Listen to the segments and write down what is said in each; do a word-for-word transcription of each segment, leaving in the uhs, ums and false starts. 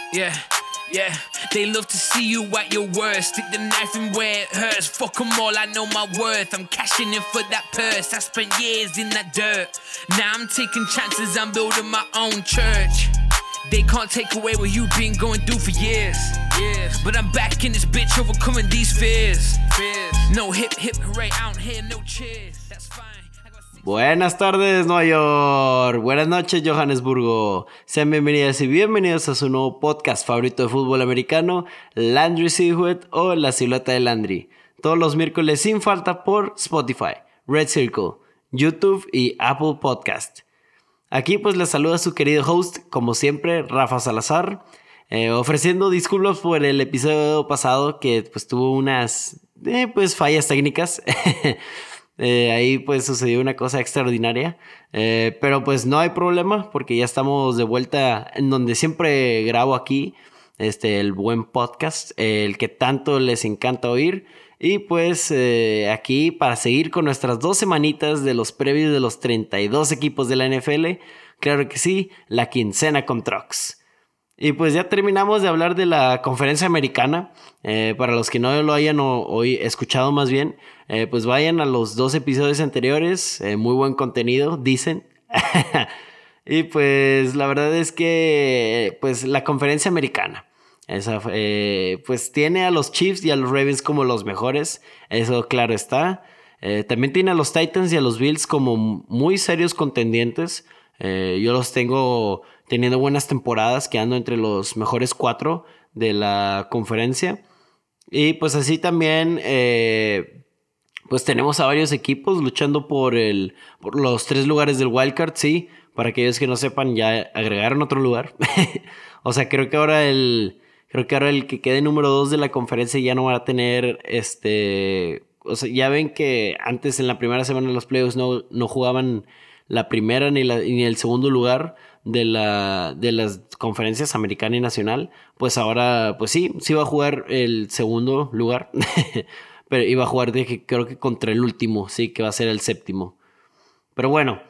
Yeah, yeah. They love to see you at your worst. Stick the knife in where it hurts. Fuck them all, I know my worth. I'm cashing in for that purse. I spent years in that dirt. Now I'm taking chances, I'm building my own church. They can't take away what you've been going through for years. Years. But I'm back in this bitch, overcoming these fears. Fears. No hip, hip, hooray out here, no cheers. That's fine. Buenas tardes, Nueva York. Buenas noches, Johannesburgo. Sean bienvenidas y bienvenidos a su nuevo podcast favorito de fútbol americano, Landry Silhouette o La Silueta de Landry. Todos los miércoles sin falta por Spotify, Red Circle, YouTube y Apple Podcast. Aquí pues les saluda su querido host, como siempre, Rafa Salazar, eh, ofreciendo disculpas por el episodio pasado que pues tuvo unas eh, pues fallas técnicas. Eh, ahí pues sucedió una cosa extraordinaria, eh, pero pues no hay problema porque ya estamos de vuelta en donde siempre grabo aquí, este, el buen podcast, eh, el que tanto les encanta oír. Y pues eh, aquí para seguir con nuestras dos semanitas de los previos de los treinta y dos equipos de la N F L, claro que sí, la quincena con Trucks. Y pues ya terminamos de hablar de la conferencia americana. Eh, para los que no lo hayan o, o escuchado más bien, eh, pues vayan a los dos episodios anteriores. Eh, muy buen contenido, dicen. Y pues la verdad es que pues la conferencia americana, esa, eh, pues tiene a los Chiefs y a los Ravens como los mejores. Eso claro está. Eh, también tiene a los Titans y a los Bills como muy serios contendientes. Eh, yo los tengo teniendo buenas temporadas, quedando entre los mejores cuatro de la conferencia. Y pues así también, eh, pues tenemos a varios equipos luchando por, el, por los tres lugares del wildcard, sí. Para aquellos que no sepan, ya agregaron otro lugar. O sea, creo que ahora el, creo que ahora el que quede número dos de la conferencia ya no va a tener este... O sea, ya ven que antes en la primera semana de los playoffs no, no jugaban la primera ni, la, ni el segundo lugar de, la, de las conferencias americana y nacional. Pues ahora, pues sí, sí va a jugar el segundo lugar. Pero iba a jugar, de, creo que contra el último, sí, que va a ser el séptimo. Pero bueno,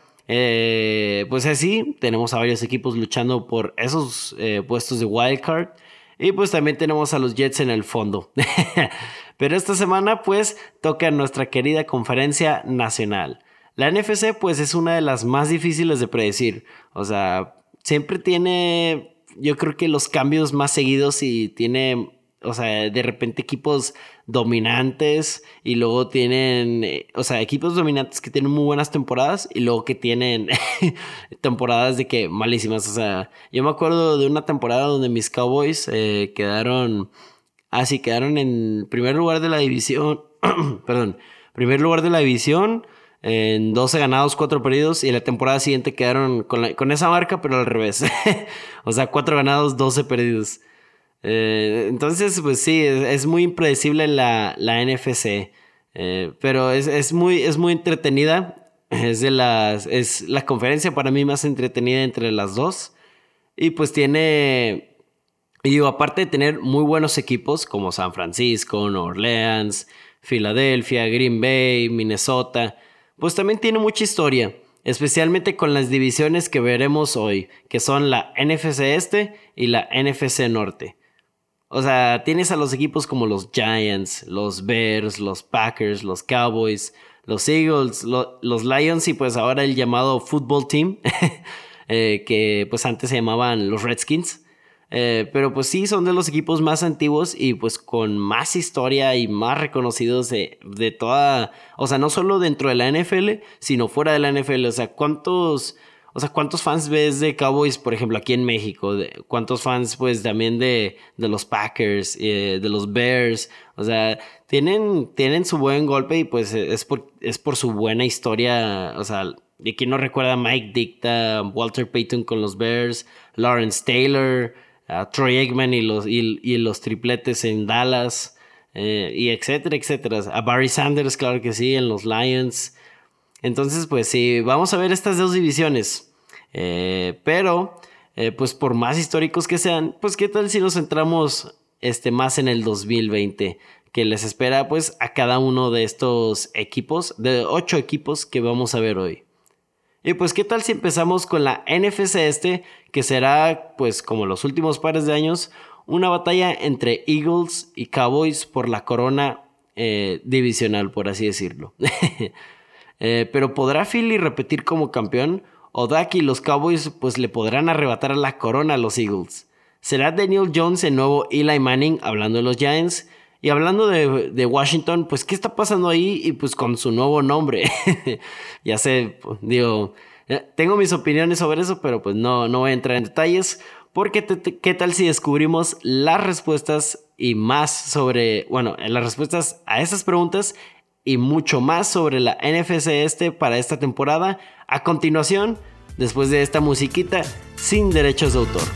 eh, pues así, tenemos a varios equipos luchando por esos eh, puestos de wildcard. Y pues también tenemos a los Jets en el fondo. Pero esta semana pues toca nuestra querida conferencia nacional. La N F C pues es una de las más difíciles de predecir. O sea, siempre tiene, yo creo que los cambios más seguidos y tiene, o sea, de repente equipos dominantes y luego tienen, o sea, equipos dominantes que tienen muy buenas temporadas y luego que tienen temporadas de que malísimas. O sea, yo me acuerdo de una temporada donde mis Cowboys eh, quedaron, así ah, quedaron en primer lugar de la división, perdón, primer lugar de la división, en doce ganados, cuatro perdidos, y la temporada siguiente quedaron con, la, con esa marca, pero al revés. O sea, cuatro ganados, doce perdidos. Eh, entonces, pues sí, es, es muy impredecible la, la N F C. Eh, pero es, es, muy, es muy entretenida. Es, de las, es la conferencia para mí más entretenida entre las dos. Y pues tiene... Y digo, aparte de tener muy buenos equipos como San Francisco, Nueva Orleans, Filadelfia, Green Bay, Minnesota, pues también tiene mucha historia, especialmente con las divisiones que veremos hoy, que son la N F C Este y la N F C Norte. O sea, tienes a los equipos como los Giants, los Bears, los Packers, los Cowboys, los Eagles, lo, los Lions y pues ahora el llamado Football Team, eh, que pues antes se llamaban los Redskins. Eh, pero pues sí, son de los equipos más antiguos y pues con más historia y más reconocidos de, de toda... O sea, no solo dentro de la N F L, sino fuera de la N F L. O sea, ¿cuántos, o sea, ¿cuántos fans ves de Cowboys, por ejemplo, aquí en México? De, ¿Cuántos fans pues también de, de los Packers, eh, de los Bears? O sea, tienen, tienen su buen golpe y pues es por, es por su buena historia. O sea, de quien no recuerda, Mike Ditka, Walter Payton con los Bears, Lawrence Taylor... a Troy Aikman y los, y, y los tripletes en Dallas, eh, y etcétera, etcétera. A Barry Sanders, claro que sí, en los Lions. Entonces, pues sí, vamos a ver estas dos divisiones. Eh, pero, eh, pues por más históricos que sean, pues qué tal si nos centramos este, más en el dos mil veinte, que les espera pues a cada uno de estos equipos, de ocho equipos que vamos a ver hoy. Y pues, ¿qué tal si empezamos con la N F C Este? Que será, pues, como los últimos pares de años, una batalla entre Eagles y Cowboys por la corona eh, divisional, por así decirlo. eh, pero ¿podrá Philly repetir como campeón? ¿O Dak y los Cowboys pues le podrán arrebatar la corona a los Eagles? ¿Será Daniel Jones el nuevo Eli Manning, hablando de los Giants? Y hablando de, de Washington, pues ¿qué está pasando ahí? Y pues con su nuevo nombre. Ya sé, pues, digo, tengo mis opiniones sobre eso, pero pues no, no voy a entrar en detalles. Porque te, te, ¿qué tal si descubrimos las respuestas y más sobre, bueno, las respuestas a esas preguntas y mucho más sobre la N F C Este para esta temporada a continuación, después de esta musiquita sin derechos de autor?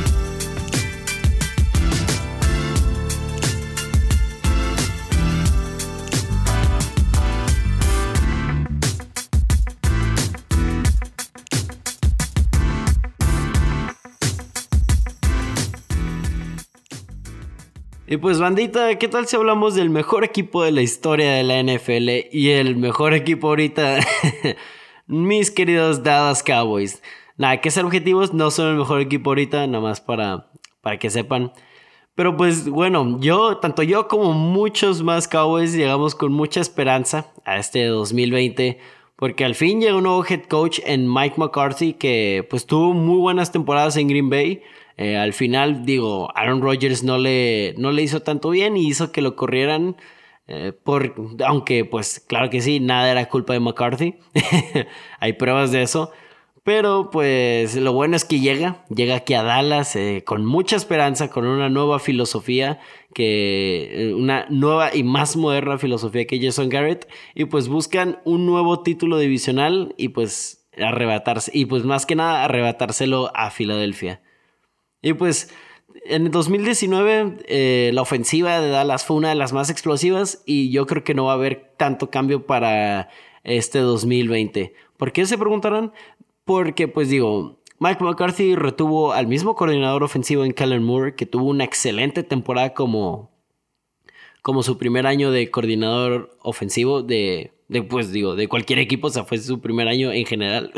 Y pues bandita, ¿qué tal si hablamos del mejor equipo de la historia de la N F L y el mejor equipo ahorita? Mis queridos Dallas Cowboys. Nada, que ser objetivos, no son el mejor equipo ahorita, nada más para, para que sepan. Pero pues bueno, yo, tanto yo como muchos más Cowboys llegamos con mucha esperanza a este dos mil veinte. Porque al fin llegó un nuevo head coach en Mike McCarthy que pues tuvo muy buenas temporadas en Green Bay. Eh, al final, digo, Aaron Rodgers no le, no le hizo tanto bien y hizo que lo corrieran. Eh, por, aunque, pues, claro que sí, nada era culpa de McCarthy. Hay pruebas de eso. Pero, pues, lo bueno es que llega. Llega aquí a Dallas eh, con mucha esperanza, con una nueva filosofía. que Una nueva y más moderna filosofía que Jason Garrett. Y, pues, buscan un nuevo título divisional y, pues, arrebatarse. Y, pues, más que nada, arrebatárselo a Filadelfia. Y pues en el dos mil diecinueve eh, la ofensiva de Dallas fue una de las más explosivas y yo creo que no va a haber tanto cambio para este dos mil veinte. ¿Por qué se preguntarán? Porque pues digo, Mike McCarthy retuvo al mismo coordinador ofensivo en Kellen Moore, que tuvo una excelente temporada como, como su primer año de coordinador ofensivo de, de pues digo, de cualquier equipo, o sea, fue su primer año en general.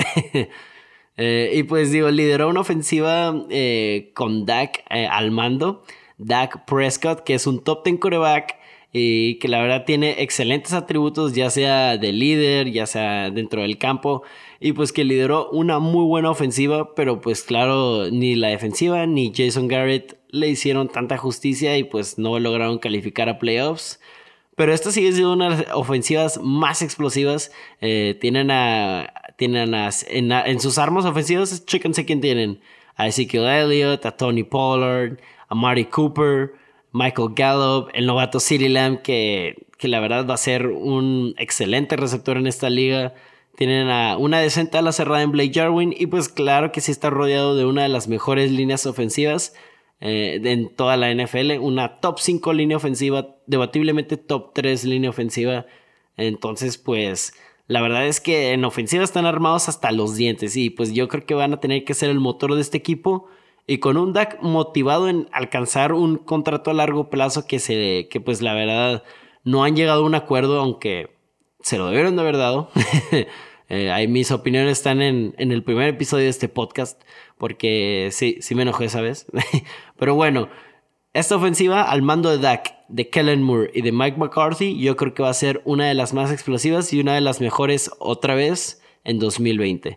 Eh, y pues digo, lideró una ofensiva eh, con Dak eh, al mando. Dak Prescott, que es un top diez quarterback y que la verdad tiene excelentes atributos, ya sea de líder, ya sea dentro del campo. Y pues que lideró una muy buena ofensiva, pero pues claro, ni la defensiva ni Jason Garrett le hicieron tanta justicia y pues no lograron calificar a playoffs. Pero esta sigue siendo una de las ofensivas más explosivas. Eh, tienen a... Tienen a, en, a, en sus armas ofensivas, chéquense quién tienen. A Ezekiel Elliott, a Tony Pollard, a Marty Cooper, Michael Gallup, el novato CeeDee Lamb, que, que la verdad va a ser un excelente receptor en esta liga. Tienen a una decente ala cerrada en Blake Jarwin. Y pues claro que sí está rodeado de una de las mejores líneas ofensivas eh, en toda la N F L. Una top cinco línea ofensiva, debatiblemente top tres línea ofensiva. Entonces pues... la verdad es que en ofensiva están armados hasta los dientes y pues yo creo que van a tener que ser el motor de este equipo y con un Dak motivado en alcanzar un contrato a largo plazo que, se, que pues la verdad no han llegado a un acuerdo, aunque se lo debieron de haber dado. eh, ahí mis opiniones están en, en el primer episodio de este podcast porque sí, sí me enojé esa vez. Pero bueno, esta ofensiva al mando de Dak, de Kellen Moore y de Mike McCarthy, yo creo que va a ser una de las más explosivas y una de las mejores otra vez en dos mil veinte.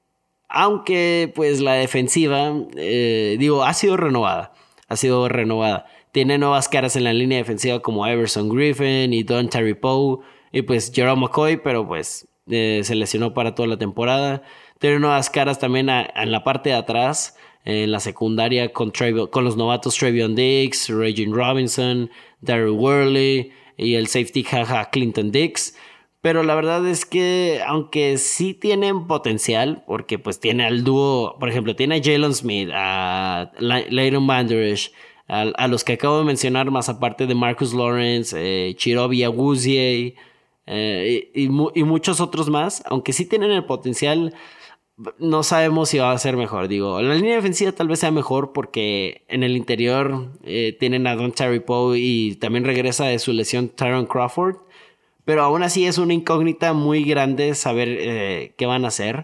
Aunque pues la defensiva, eh, digo, ha sido renovada. Ha sido renovada. Tiene nuevas caras en la línea defensiva como Everson Griffin y Don Terry Poe y pues Jerome McCoy, pero pues eh, se lesionó para toda la temporada. Tiene nuevas caras también a, a en la parte de atrás. En la secundaria con, Trav- con los novatos Travion Diggs, Regin Robinson, Darryl Worley y el safety jaja Clinton Dix. Pero la verdad es que aunque sí tienen potencial, porque pues tiene al dúo, por ejemplo, tiene a Jalen Smith, a Leighton Vander Esch, a, a los que acabo de mencionar, más aparte de Marcus Lawrence, eh, Chirobi Awuzie eh, y, y, y muchos otros más, aunque sí tienen el potencial. No sabemos si va a ser mejor. Digo, la línea defensiva tal vez sea mejor porque en el interior eh, tienen a Don Terry Poe y también regresa de su lesión Tyron Crawford. Pero aún así es una incógnita muy grande saber eh, qué van a hacer.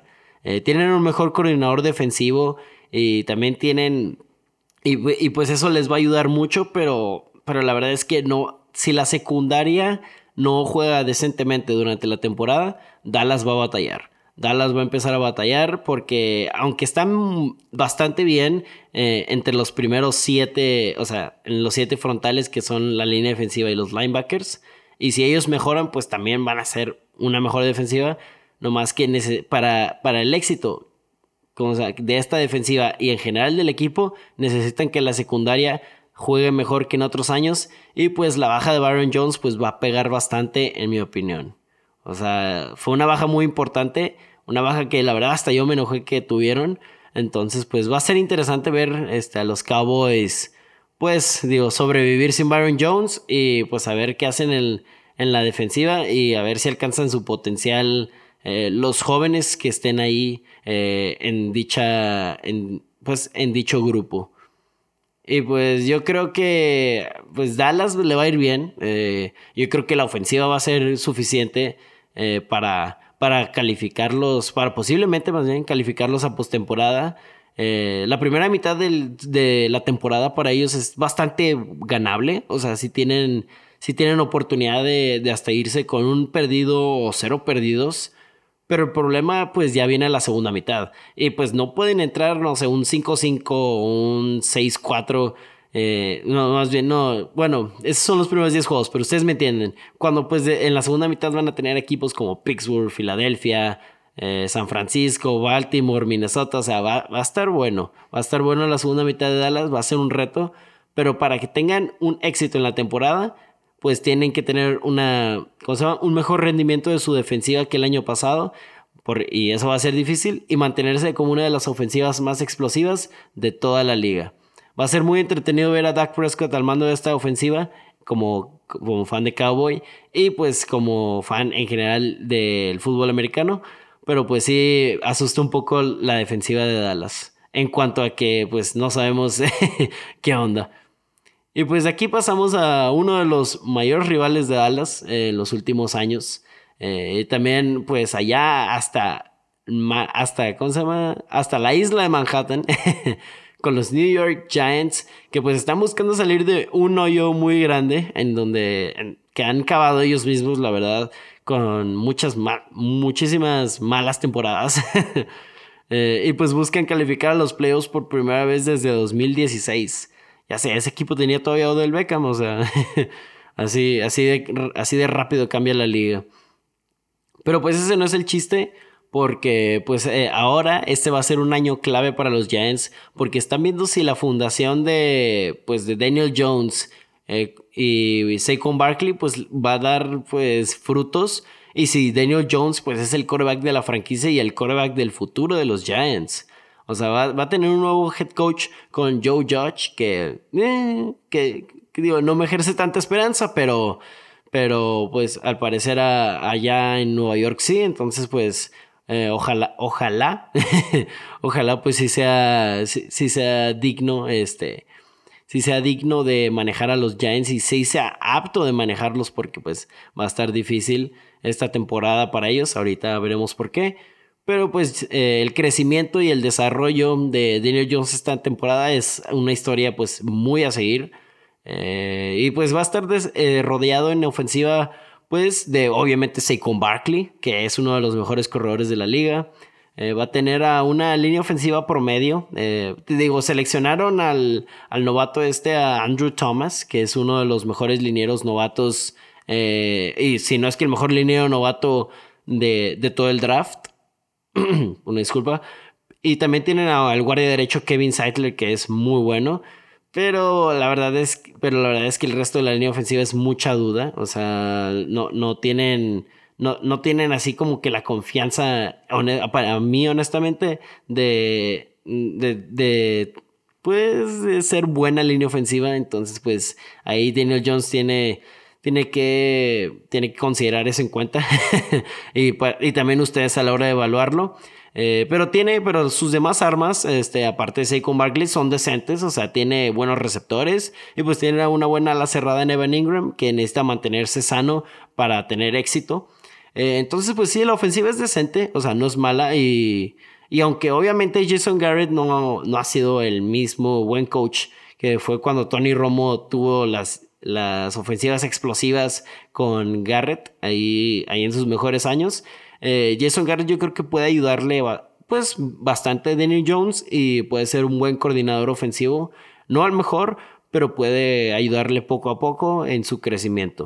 Eh, tienen un mejor coordinador defensivo y también tienen... Y, y pues eso les va a ayudar mucho, pero, pero la verdad es que no, si la secundaria no juega decentemente durante la temporada, Dallas va a batallar. Dallas va a empezar a batallar porque aunque están bastante bien eh, entre los primeros siete, o sea, en los siete frontales que son la línea defensiva y los linebackers, y si ellos mejoran, pues también van a ser una mejor defensiva, nomás que nece- para, para el éxito como sea, de esta defensiva y en general del equipo, necesitan que la secundaria juegue mejor que en otros años y pues la baja de Byron Jones pues va a pegar bastante en mi opinión. O sea, fue una baja muy importante, una baja que la verdad hasta yo me enojé que tuvieron, entonces pues va a ser interesante ver este, a los Cowboys pues digo sobrevivir sin Byron Jones y pues a ver qué hacen en, en la defensiva y a ver si alcanzan su potencial. Eh, los jóvenes que estén ahí eh, en dicha en, pues en dicho grupo y pues yo creo que pues Dallas le va a ir bien. Eh, yo creo que la ofensiva va a ser suficiente eh, para, para calificarlos, para posiblemente más bien calificarlos a postemporada. Eh, la primera mitad del, de la temporada para ellos es bastante ganable, o sea, si tienen, si tienen oportunidad de, de hasta irse con un perdido o cero perdidos. Pero el problema pues ya viene a la segunda mitad. Y pues no pueden entrar, no sé, un cinco cinco o un seis cuatro. Eh, no, más bien, no. Bueno, esos son los primeros diez juegos, pero ustedes me entienden. Cuando pues de, en la segunda mitad van a tener equipos como Pittsburgh, Filadelfia, eh, San Francisco, Baltimore, Minnesota. O sea, va, va a estar bueno. Va a estar bueno la segunda mitad de Dallas. Va a ser un reto. Pero para que tengan un éxito en la temporada, pues tienen que tener una, ¿cómo se llama? Un mejor rendimiento de su defensiva que el año pasado, por, y eso va a ser difícil, y mantenerse como una de las ofensivas más explosivas de toda la liga. Va a ser muy entretenido ver a Dak Prescott al mando de esta ofensiva como, como fan de Cowboy y pues como fan en general del fútbol americano, pero pues sí asusta un poco la defensiva de Dallas en cuanto a que pues no sabemos qué onda. Y pues de aquí pasamos a uno de los mayores rivales de Dallas eh, en los últimos años. Eh, también pues allá hasta, hasta, ¿cómo se llama? Hasta la isla de Manhattan con los New York Giants que pues están buscando salir de un hoyo muy grande en donde en, que han cavado ellos mismos, la verdad, con muchas, ma- muchísimas malas temporadas. eh, y pues buscan calificar a los playoffs por primera vez desde dos mil dieciséis. Ya sé, ese equipo tenía todavía a Odell Beckham, o sea, así, así, de, así de rápido cambia la liga. Pero pues ese no es el chiste, porque pues eh, ahora este va a ser un año clave para los Giants, porque están viendo si la fundación de, pues, de Daniel Jones eh, y Saquon Barkley pues va a dar pues frutos, y si Daniel Jones pues es el quarterback de la franquicia y el quarterback del futuro de los Giants. O sea, va, va a tener un nuevo head coach con Joe Judge que, eh, que, que digo, no me ejerce tanta esperanza, pero, pero pues al parecer a, allá en Nueva York sí, entonces pues eh, ojalá, ojalá, ojalá pues sí sea, sí, sí sea digno, este, sí sea digno de manejar a los Giants y sí sea apto de manejarlos porque pues va a estar difícil esta temporada para ellos, ahorita veremos por qué. Pero pues eh, el crecimiento y el desarrollo de Daniel Jones esta temporada es una historia pues muy a seguir. Eh, y pues va a estar des, eh, rodeado en ofensiva pues de obviamente Saquon Barkley, que es uno de los mejores corredores de la liga. Eh, va a tener a una línea ofensiva promedio. Eh, te digo, seleccionaron al, al novato este, a Andrew Thomas, que es uno de los mejores linieros novatos. Eh, y si no es que el mejor liniero novato de, de todo el draft. Una disculpa. Y también tienen al guardia derecho Kevin Zeitler, que es muy bueno. Pero la verdad es, pero la verdad es que el resto de la línea ofensiva es mucha duda. O sea, no, no tienen. No, no tienen así como que la confianza. Para mí, honestamente, de. De. de pues de ser buena línea ofensiva. Entonces, pues, ahí Daniel Jones tiene. Tiene que, tiene que considerar eso en cuenta. y, y también ustedes a la hora de evaluarlo. Eh, pero tiene, pero sus demás armas, este, aparte de Saquon Barkley, son decentes. O sea, tiene buenos receptores. Y pues tiene una buena ala cerrada en Evan Ingram, que necesita mantenerse sano para tener éxito. Eh, entonces, pues sí, la ofensiva es decente. O sea, no es mala. Y, Y aunque obviamente Jason Garrett no, no ha sido el mismo buen coach que fue cuando Tony Romo tuvo las, las ofensivas explosivas con Garrett ahí, ahí en sus mejores años, eh, Jason Garrett yo creo que puede ayudarle pues bastante a Daniel Jones y puede ser un buen coordinador ofensivo, no al mejor, pero puede ayudarle poco a poco en su crecimiento.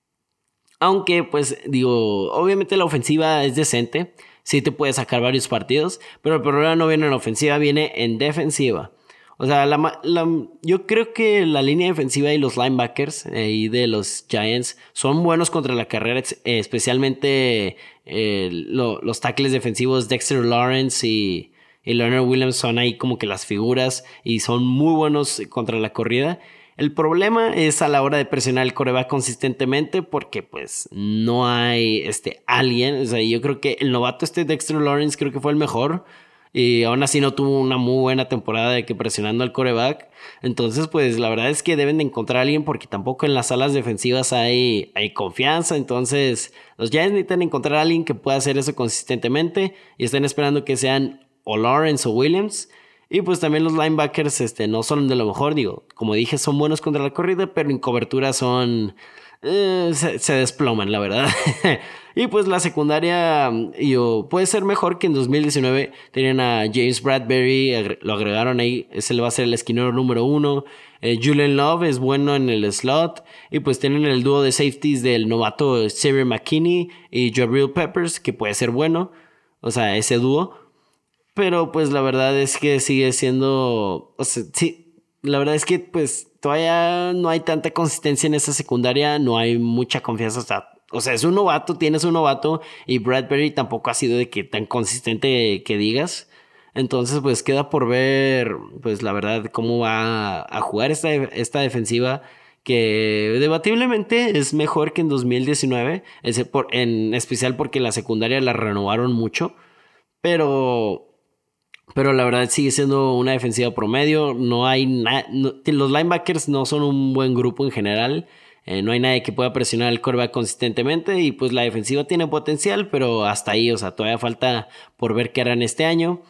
Aunque, pues, digo, obviamente la ofensiva es decente, sí te puede sacar varios partidos, pero el problema no viene en la ofensiva, viene en defensiva. O sea, la, la, yo creo que la línea defensiva y los linebackers eh, de los Giants son buenos contra la carrera, eh, especialmente eh, lo, los tackles defensivos Dexter Lawrence y, y Leonard Williams son ahí como que las figuras y son muy buenos contra la corrida. El problema es a la hora de presionar el quarterback consistentemente porque pues no hay este alguien. O sea, yo creo que el novato este Dexter Lawrence creo que fue el mejor. Y aún así no tuvo una muy buena temporada de que presionando al quarterback. Entonces pues la verdad es que deben de encontrar a alguien porque tampoco en las alas defensivas hay, hay confianza. Entonces los Giants necesitan encontrar a alguien que pueda hacer eso consistentemente. Y están esperando que sean o Lawrence o Williams. Y pues también los linebackers este, no son de lo mejor. Digo, como dije, son buenos contra la corrida, pero en cobertura son... Eh, se, se desploman, la verdad. Y pues la secundaria yo, puede ser mejor que en dos mil diecinueve. Tenían a James Bradbury, agre- lo agregaron ahí. Ese le va a ser el esquinero número uno. eh, Julian Love es bueno en el slot. Y pues tienen el dúo de safeties del novato Xavier McKinney y Jabril Peppers, que puede ser bueno. O sea, ese dúo. Pero pues la verdad es que sigue siendo... O sea, sí... La verdad es que pues todavía no hay tanta consistencia en esa secundaria, no hay mucha confianza. O sea, o sea, es un novato, tienes un novato y Bradbury tampoco ha sido de que tan consistente que digas. Entonces pues queda por ver pues la verdad cómo va a jugar esta, esta defensiva que debatiblemente es mejor que en dos mil diecinueve, en especial porque la secundaria la renovaron mucho, pero... Pero la verdad sigue siendo una defensiva promedio. No hay na- no, los linebackers no son un buen grupo en general. Eh, no hay nadie que pueda presionar al quarterback consistentemente. Y pues la defensiva tiene potencial, pero hasta ahí. O sea, todavía falta por ver qué harán este año.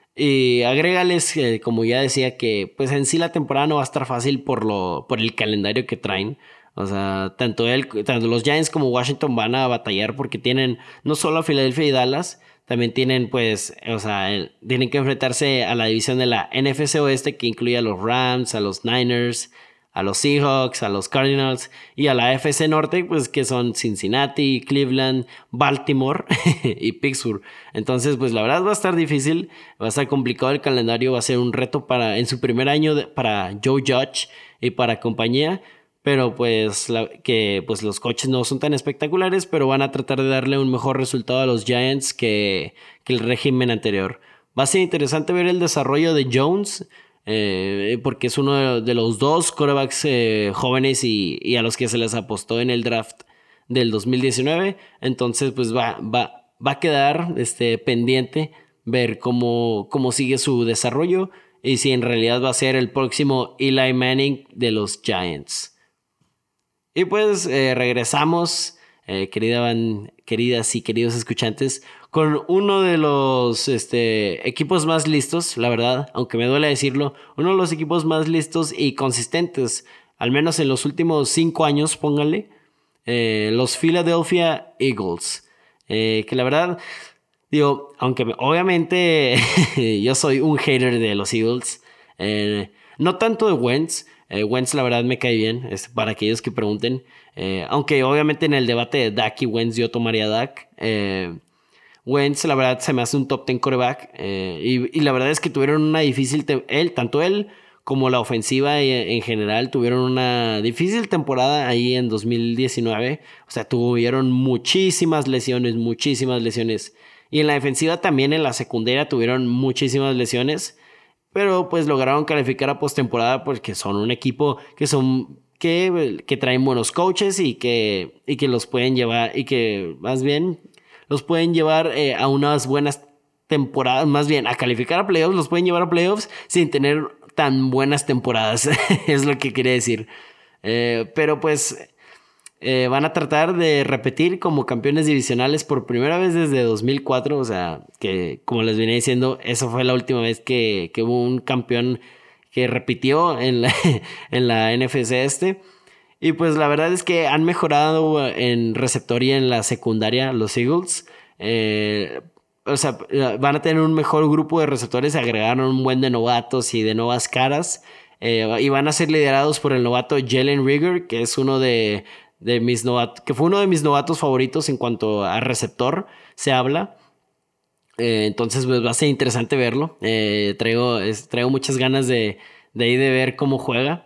Y agrégales, eh, como ya decía, que pues en sí la temporada no va a estar fácil por, lo, por el calendario que traen. O sea, tanto, él, tanto los Giants como Washington van a batallar porque tienen no solo a Filadelfia y Dallas. También tienen, pues, o sea, el, tienen que enfrentarse a la división de la N F C Oeste, que incluye a los Rams, a los Niners, a los Seahawks, a los Cardinals, y a la A F C Norte, pues, que son Cincinnati, Cleveland, Baltimore y Pittsburgh. Entonces, pues, la verdad va a estar difícil, va a estar complicado el calendario, va a ser un reto para, en su primer año de, para Joe Judge y para compañía. Pero pues, la, que, pues los coches no son tan espectaculares, pero van a tratar de darle un mejor resultado a los Giants que, que el régimen anterior. Va a ser interesante ver el desarrollo de Jones, eh, porque es uno de, de los dos quarterbacks eh, jóvenes y, y a los que se les apostó en el draft del dos mil diecinueve. Entonces pues va, va, va a quedar este, pendiente ver cómo, cómo sigue su desarrollo y si en realidad va a ser el próximo Eli Manning de los Giants. Y pues eh, regresamos, eh, querida van, queridas y queridos escuchantes, con uno de los este, equipos más listos, la verdad, aunque me duele decirlo, uno de los equipos más listos y consistentes, al menos en los últimos cinco años, pónganle, eh, los Philadelphia Eagles, eh, que la verdad, digo, aunque me, obviamente yo soy un hater de los Eagles, eh, no tanto de Wentz. Eh, Wentz la verdad me cae bien, es para aquellos que pregunten. Eh, aunque obviamente en el debate de Dak y Wentz yo tomaría Dak. Eh, Wentz la verdad se me hace un top diez quarterback. Eh, y, y la verdad es que tuvieron una difícil... Te- él, tanto él como la ofensiva en general tuvieron una difícil temporada ahí en dos mil diecinueve. O sea, tuvieron muchísimas lesiones, muchísimas lesiones. Y en la defensiva también en la secundaria tuvieron muchísimas lesiones. Pero pues lograron calificar a postemporada porque son un equipo que son que, que traen buenos coaches y que, y que los pueden llevar y que más bien los pueden llevar eh, a unas buenas temporadas, más bien a calificar a playoffs, los pueden llevar a playoffs sin tener tan buenas temporadas, es lo que quería decir. Eh, pero pues eh, van a tratar de repetir como campeones divisionales por primera vez desde dos mil cuatro. O sea, que como les venía diciendo, esa fue la última vez que, que hubo un campeón que repitió en la, en la N F C este. Y pues la verdad es que han mejorado en receptor y en la secundaria los Eagles. Eh, o sea, van a tener un mejor grupo de receptores. Agregaron un buen de novatos y de nuevas caras. Eh, y van a ser liderados por el novato Jalen Reagor, que es uno de, de mis novatos, que fue uno de mis novatos favoritos en cuanto a receptor se habla. Eh, entonces pues va a ser interesante verlo. Eh, traigo, es, traigo muchas ganas de, de ahí de ver cómo juega.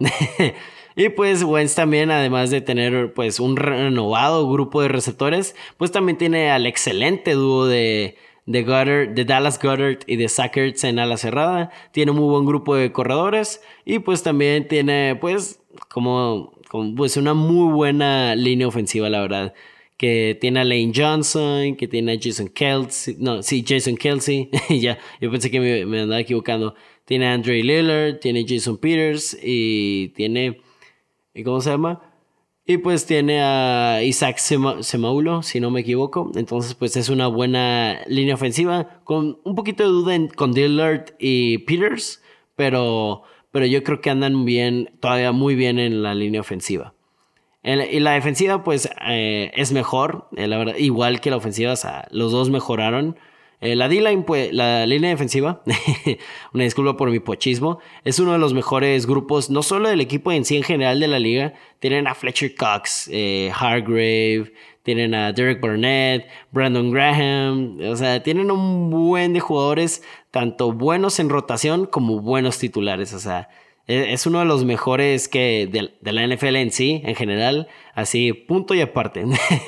Y pues Wentz también, además de tener pues un renovado grupo de receptores, pues también tiene al excelente dúo de, de, Goddard, de Dallas Goedert y de Zach Ertz en ala cerrada. Tiene un muy buen grupo de corredores y pues también tiene pues como, como pues una muy buena línea ofensiva, la verdad. Que tiene a Lane Johnson, que tiene a Jason Kelce, no, sí, Jason Kelce, ya, yo pensé que me, me andaba equivocando. Tiene a Andre Lillard, tiene a Jason Peters y tiene... ¿Y cómo se llama? Y pues tiene a Isaac Semaulo, si no me equivoco. Entonces pues es una buena línea ofensiva. Con un poquito de duda en, con Dillard y Peters. Pero, pero yo creo que andan bien, todavía muy bien en la línea ofensiva. En, y la defensiva pues eh, es mejor. Eh, la verdad, igual que la ofensiva, o sea, los dos mejoraron. Eh, la D-line, pues, la línea defensiva, una disculpa por mi pochismo, es uno de los mejores grupos, no solo del equipo en sí en general de la liga. Tienen a Fletcher Cox, eh, Hargrave, tienen a Derek Barnett, Brandon Graham, o sea, tienen un buen de jugadores, tanto buenos en rotación como buenos titulares, o sea, es uno de los mejores que de, de la N F L en sí, en general, así, punto y aparte.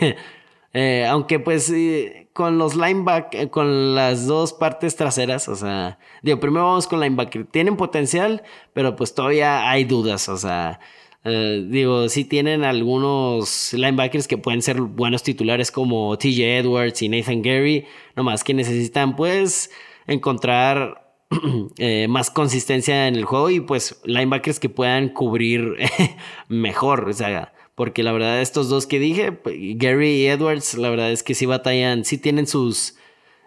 eh, aunque pues... Eh, con los linebackers, con las dos partes traseras, o sea, digo, primero vamos con linebacker, tienen potencial, pero pues todavía hay dudas, o sea, eh, digo, sí tienen algunos linebackers que pueden ser buenos titulares como T J Edwards y Nathan Gary, nomás que necesitan pues encontrar eh, más consistencia en el juego y pues linebackers que puedan cubrir mejor, o sea, porque la verdad estos dos que dije, Gary y Edwards, la verdad es que sí batallan, sí tienen sus,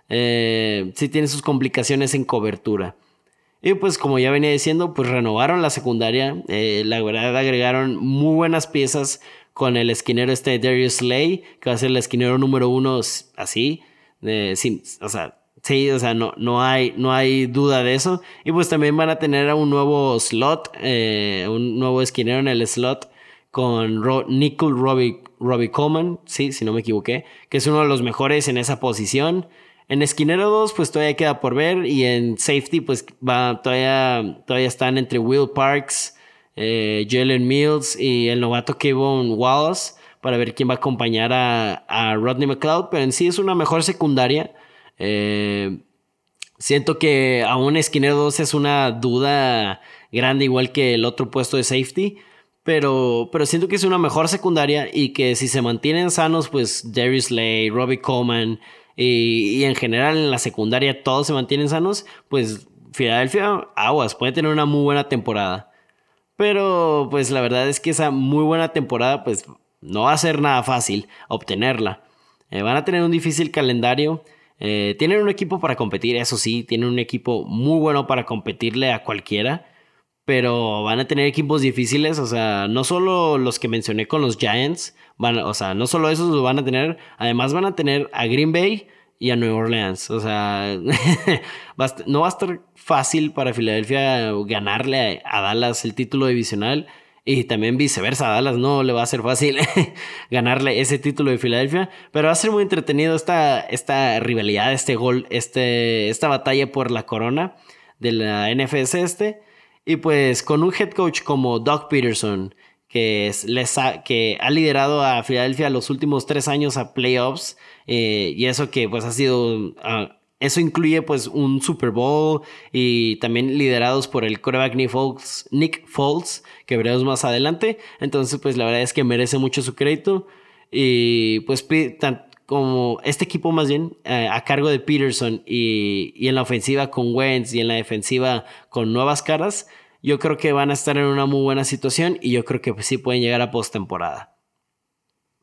eh, sí tienen sus complicaciones en cobertura. Y pues como ya venía diciendo, pues renovaron la secundaria. Eh, la verdad agregaron muy buenas piezas con el esquinero este Darius Slay, que va a ser el esquinero número uno así. Eh, sin, o sea, sí, o sea, no, no, hay, no hay duda de eso. Y pues también van a tener a un nuevo slot, eh, un nuevo esquinero en el slot, con Ro- Nickel Robbie, Robbie Coleman, sí, si no me equivoqué, que es uno de los mejores en esa posición. En esquinero dos, pues todavía queda por ver. Y en safety, pues va, todavía, todavía están entre Will Parks, eh, Jalen Mills y el novato Kevon Wallace para ver quién va a acompañar a, a Rodney McLeod. Pero en sí es una mejor secundaria. Eh, siento que aún esquinero dos es una duda grande, igual que el otro puesto de safety. Pero, pero siento que es una mejor secundaria y que si se mantienen sanos, pues Darius Slay, Robbie Coleman y, y en general en la secundaria todos se mantienen sanos, pues Filadelfia, aguas, puede tener una muy buena temporada. Pero pues la verdad es que esa muy buena temporada pues no va a ser nada fácil obtenerla. Eh, van a tener un difícil calendario. Eh, tienen un equipo para competir, eso sí, tienen un equipo muy bueno para competirle a cualquiera. Pero van a tener equipos difíciles, o sea, no solo los que mencioné con los Giants, van, o sea, no solo esos los van a tener, además van a tener a Green Bay y a New Orleans, o sea, no va a estar fácil para Filadelfia ganarle a, a Dallas el título divisional y también viceversa, a Dallas no le va a ser fácil ganarle ese título de Filadelfia, pero va a ser muy entretenido esta, esta rivalidad, este gol, este, esta batalla por la corona de la N F C este. Y pues con un head coach como Doug Peterson, que, es, les ha, que ha liderado a Filadelfia los últimos tres años a playoffs, eh, y eso que pues ha sido, uh, eso incluye pues un Super Bowl y también liderados por el quarterback Nick Foles, Nick Foles, que veremos más adelante. Entonces pues la verdad es que merece mucho su crédito y pues tan, como este equipo más bien eh, a cargo de Peterson y, y en la ofensiva con Wentz y en la defensiva con nuevas caras, yo creo que van a estar en una muy buena situación y yo creo que pues, sí pueden llegar a postemporada.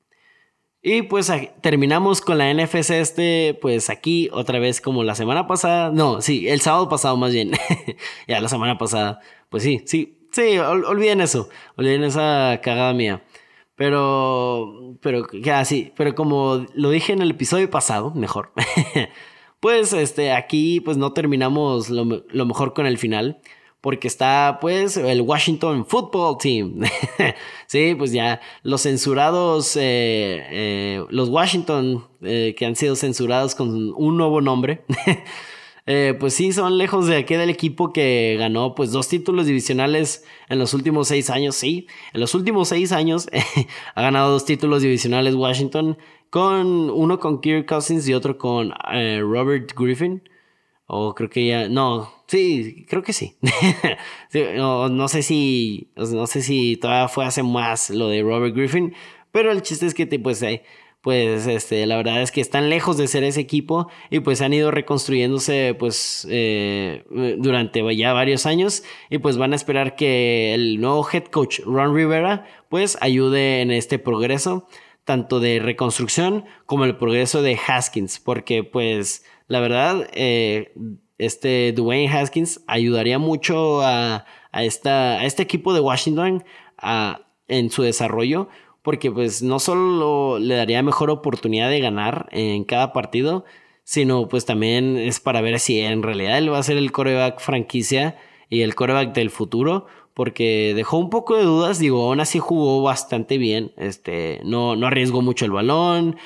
Y pues a, terminamos con la N F C este, pues aquí otra vez como la semana pasada. No, sí, el sábado pasado más bien. Ya la semana pasada. Pues sí, sí, sí, ol, olviden eso. Olviden esa cagada mía. Pero, pero, ya sí, pero como lo dije en el episodio pasado, mejor. Pues este, aquí pues no terminamos lo, lo mejor con el final. Porque está pues el Washington Football Team. Sí, pues ya los censurados, eh, eh, los Washington eh, que han sido censurados con un nuevo nombre. eh, pues sí, son lejos de aquel del equipo que ganó pues dos títulos divisionales en los últimos seis años. Sí, en los últimos seis años ha ganado dos títulos divisionales Washington. Con uno con Kirk Cousins y otro con eh, Robert Griffin. O creo que ya... No, sí, creo que sí. Sí, no, no sé si... No sé si todavía fue hace más lo de Robert Griffin. Pero el chiste es que pues... Eh, pues este, la verdad es que están lejos de ser ese equipo. Y pues han ido reconstruyéndose pues... Eh, durante ya varios años. Y pues van a esperar que el nuevo head coach Ron Rivera pues ayude en este progreso. Tanto de reconstrucción como el progreso de Haskins. Porque pues... La verdad, eh, este Dwayne Haskins ayudaría mucho a, a, esta, a este equipo de Washington a, en su desarrollo, porque pues no solo le daría mejor oportunidad de ganar en cada partido, sino pues también es para ver si en realidad él va a ser el quarterback franquicia y el quarterback del futuro, porque dejó un poco de dudas. Digo, aún así jugó bastante bien, este, no, no arriesgó mucho el balón.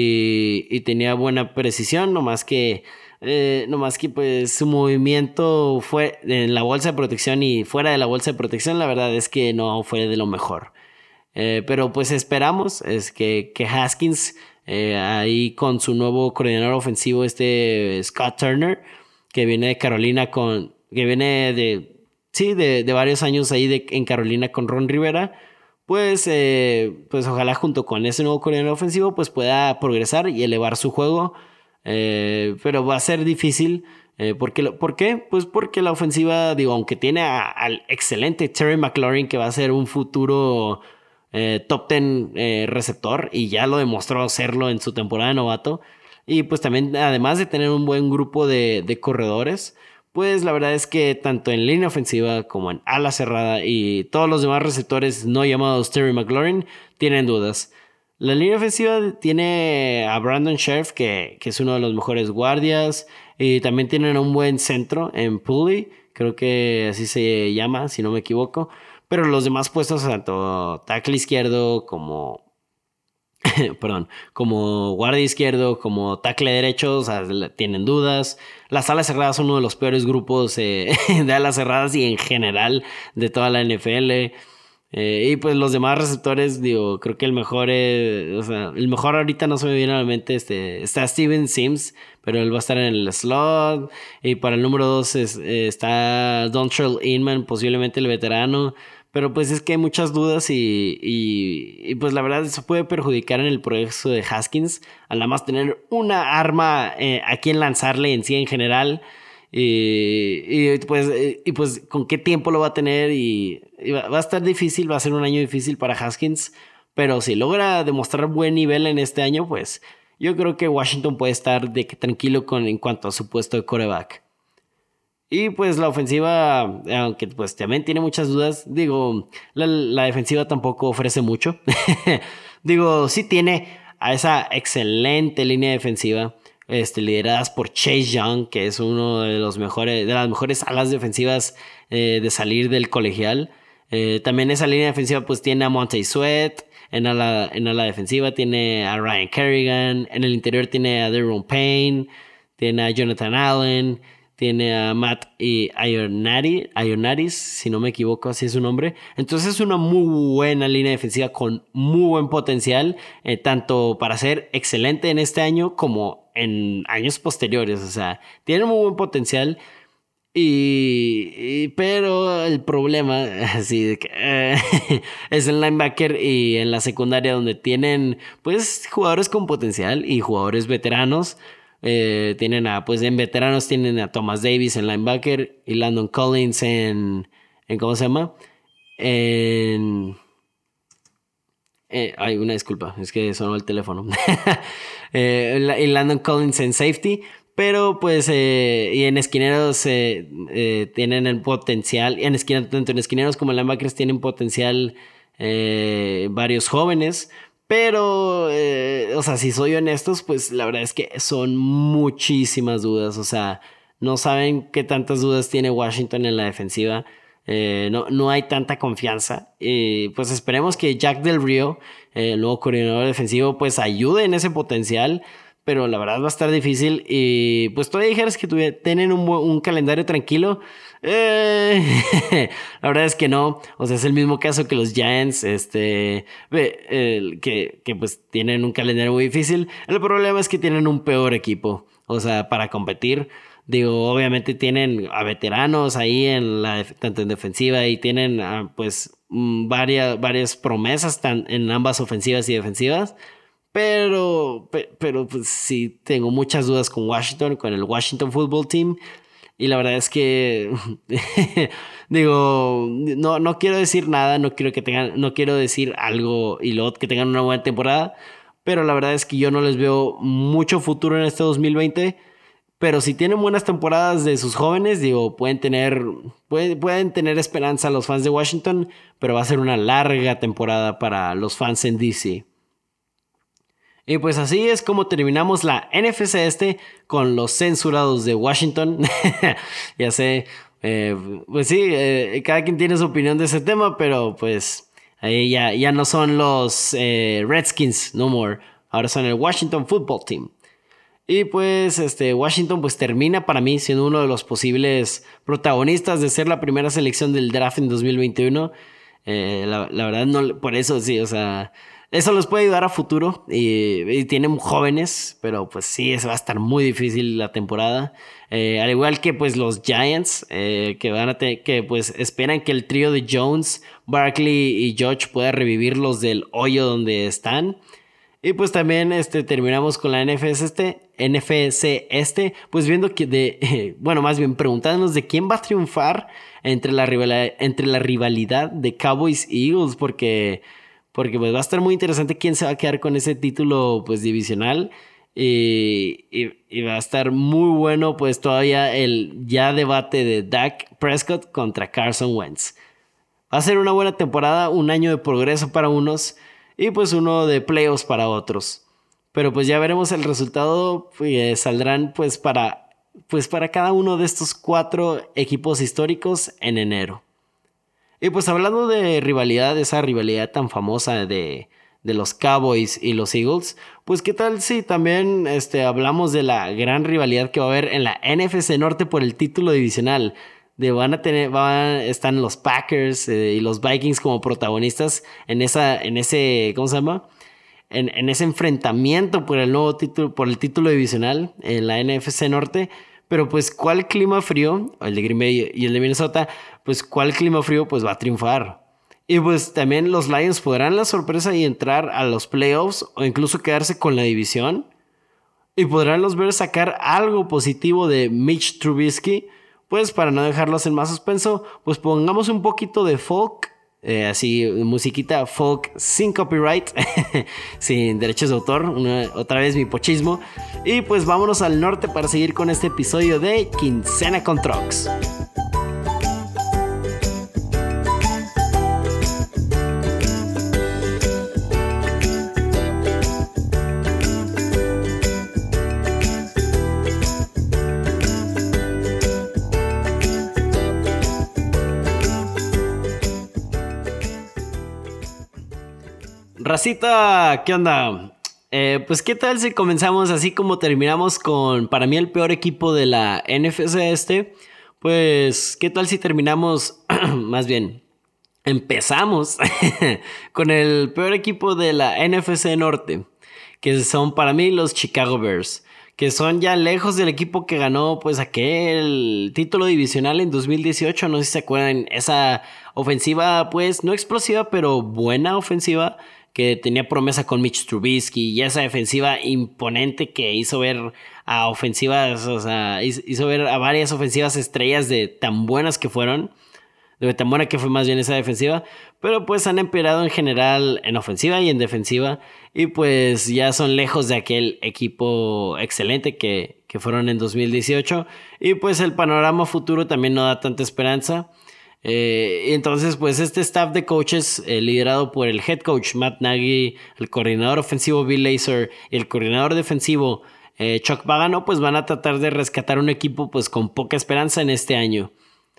Y, y tenía buena precisión, nomás que, eh, nomás que pues su movimiento fue en la bolsa de protección y fuera de la bolsa de protección, la verdad es que no fue de lo mejor. Eh, pero pues esperamos es que, que Haskins, eh, ahí con su nuevo coordinador ofensivo, este Scott Turner, que viene de Carolina con, que viene de, sí, de, de varios años ahí de, en Carolina con Ron Rivera, pues, eh, pues ojalá junto con ese nuevo coordinador ofensivo pues pueda progresar y elevar su juego. Eh, pero va a ser difícil. Eh, porque, ¿Por qué? Pues porque la ofensiva, digo, aunque tiene a, al excelente Terry McLaurin, que va a ser un futuro eh, top diez eh, receptor, y ya lo demostró serlo en su temporada de novato. Y pues también, además de tener un buen grupo de, de corredores, pues la verdad es que tanto en línea ofensiva como en ala cerrada y todos los demás receptores no llamados Terry McLaurin tienen dudas. La línea ofensiva tiene a Brandon Scherf, que, que es uno de los mejores guardias, y también tienen un buen centro en Pulley, creo que así se llama, si no me equivoco. Pero los demás puestos, tanto tackle izquierdo como... perdón, como guardia izquierdo, como tackle derecho, o sea, tienen dudas. Las alas cerradas son uno de los peores grupos eh, de alas cerradas y en general de toda la N F L. Eh, y pues los demás receptores, digo, creo que el mejor, eh, o sea, el mejor ahorita no se me viene a la mente, este, está Steven Sims, pero él va a estar en el slot. Y para el número dos es, eh, está Dontrell Inman, posiblemente el veterano. Pero pues es que hay muchas dudas y, y, y pues la verdad eso puede perjudicar en el progreso de Haskins. Al nada más tener una arma eh, a quien lanzarle en sí en general. Y, y, pues, y pues con qué tiempo lo va a tener. Y, y va, va a estar difícil, va a ser un año difícil para Haskins. Pero si logra demostrar buen nivel en este año, pues yo creo que Washington puede estar de que tranquilo con, en cuanto a su puesto de quarterback. Y pues la ofensiva, aunque pues también tiene muchas dudas, digo, la, la defensiva tampoco ofrece mucho. Digo, sí tiene a esa excelente línea defensiva, este, lideradas por Chase Young, que es uno de los mejores, de las mejores alas defensivas eh, de salir del colegial. Eh, también esa línea defensiva pues tiene a Montez Sweat, en ala, en ala defensiva tiene a Ryan Kerrigan, en el interior tiene a Deron Payne, tiene a Jonathan Allen, tiene a Matt y Ioannidis, Ioannidis, si no me equivoco, así es su nombre. Entonces es una muy buena línea defensiva con muy buen potencial, eh, tanto para ser excelente en este año como en años posteriores. O sea, tiene muy buen potencial. Y, y pero el problema así de que, eh, es el linebacker y en la secundaria, donde tienen pues jugadores con potencial y jugadores veteranos. Eh, tienen a, pues en veteranos tienen a Thomas Davis en linebacker y Landon Collins en, en ¿cómo se llama? En, Eh, ay, una disculpa, es que sonó el teléfono. eh, y Landon Collins en safety. Pero pues, eh, y en esquineros eh, eh, tienen el potencial, en esquineros, tanto en esquineros como en linebackers tienen potencial eh, varios jóvenes. Pero, eh, o sea, si soy honestos, pues la verdad es que son muchísimas dudas. O sea, no saben qué tantas dudas tiene Washington en la defensiva. Eh, no, no hay tanta confianza. Y pues esperemos que Jack Del Rio, eh, el nuevo coordinador defensivo, pues ayude en ese potencial. Pero la verdad va a estar difícil. Y pues todavía dijeras que tuve, tienen un, un calendario tranquilo. Eh, la verdad es que no. O sea, es el mismo caso que los Giants. Este, eh, que, que pues tienen un calendario muy difícil. El problema es que tienen un peor equipo. O sea, para competir. Digo, obviamente tienen a veteranos ahí en la, tanto en defensiva y tienen uh, pues varias, varias promesas tan, en ambas ofensivas y defensivas. Pero, pero pues sí, tengo muchas dudas con Washington, con el Washington Football Team. Y la verdad es que, digo, no, no quiero decir nada, no quiero que tengan, no quiero decir algo y luego que tengan una buena temporada. Pero la verdad es que yo no les veo mucho futuro en este dos mil veinte. Pero si tienen buenas temporadas de sus jóvenes, digo, pueden tener, pueden, pueden tener esperanza los fans de Washington, pero va a ser una larga temporada para los fans en D C. Y pues así es como terminamos la N F C Este con los censurados de Washington. Ya sé, eh, pues sí, eh, cada quien tiene su opinión de ese tema, pero pues ahí ya, ya no son los eh, Redskins, no more. Ahora son el Washington Football Team. Y pues este Washington pues termina para mí siendo uno de los posibles protagonistas de ser la primera selección del draft en dos mil veintiuno. Eh, la, la verdad no, por eso sí, o sea, eso los puede ayudar a futuro y, y tienen jóvenes, pero pues sí, eso va a estar muy difícil la temporada. Eh, al igual que pues los Giants, eh, que van a tener, que pues esperan que el trío de Jones, Barkley y George pueda revivirlos del hoyo donde están. Y pues también este, terminamos con la N F C este, N F C este, pues viendo que de, eh, bueno, más bien preguntándonos de quién va a triunfar entre la rivalidad, entre la rivalidad de Cowboys y Eagles, porque, porque pues va a estar muy interesante quién se va a quedar con ese título pues divisional. Y, y, y va a estar muy bueno pues todavía el ya debate de Dak Prescott contra Carson Wentz. Va a ser una buena temporada, un año de progreso para unos y pues uno de playoffs para otros. Pero pues ya veremos el resultado, pues saldrán pues para, pues para cada uno de estos cuatro equipos históricos en enero. Y pues hablando de rivalidad, esa rivalidad tan famosa de, de los Cowboys y los Eagles, pues qué tal si también este, hablamos de la gran rivalidad que va a haber en la N F C Norte por el título divisional. De van a tener, van, están los Packers eh, y los Vikings como protagonistas en esa, en ese, ¿cómo se llama? En, en ese enfrentamiento por el nuevo título, por el título divisional en la N F C Norte. Pero pues, ¿cuál clima frío? El de Green Bay y el de Minnesota, pues, ¿cuál clima frío? Pues va a triunfar. Y pues también los Lions podrán la sorpresa y entrar a los playoffs o incluso quedarse con la división. Y podrán los Bears sacar algo positivo de Mitch Trubisky. Pues para no dejarlos en más suspenso, pues pongamos un poquito de folk, eh, así musiquita folk sin copyright, sin derechos de autor, una, otra vez mi pochismo. Y pues vámonos al norte para seguir con este episodio de Quincena con Trucks. Racita, ¿qué onda? Eh, pues qué tal si comenzamos así como terminamos con, para mí, el peor equipo de la N F C este. Pues qué tal si terminamos, más bien, empezamos con el peor equipo de la N F C Norte, que son para mí los Chicago Bears, que son ya lejos del equipo que ganó pues aquel título divisional en dos mil dieciocho, no sé si se acuerdan, esa ofensiva pues no explosiva pero buena ofensiva, que tenía promesa con Mitch Trubisky, y esa defensiva imponente que hizo ver a ofensivas, o sea, hizo ver a varias ofensivas estrellas de tan buenas que fueron. de tan buena que fue más bien esa defensiva, pero pues han empeorado en general en ofensiva y en defensiva, y pues ya son lejos de aquel equipo excelente que, que fueron en dos mil dieciocho, y pues el panorama futuro también no da tanta esperanza. Eh, y entonces pues este staff de coaches eh, liderado por el head coach Matt Nagy, el coordinador ofensivo Bill Lazor y el coordinador defensivo eh, Chuck Pagano, pues van a tratar de rescatar un equipo pues con poca esperanza en este año.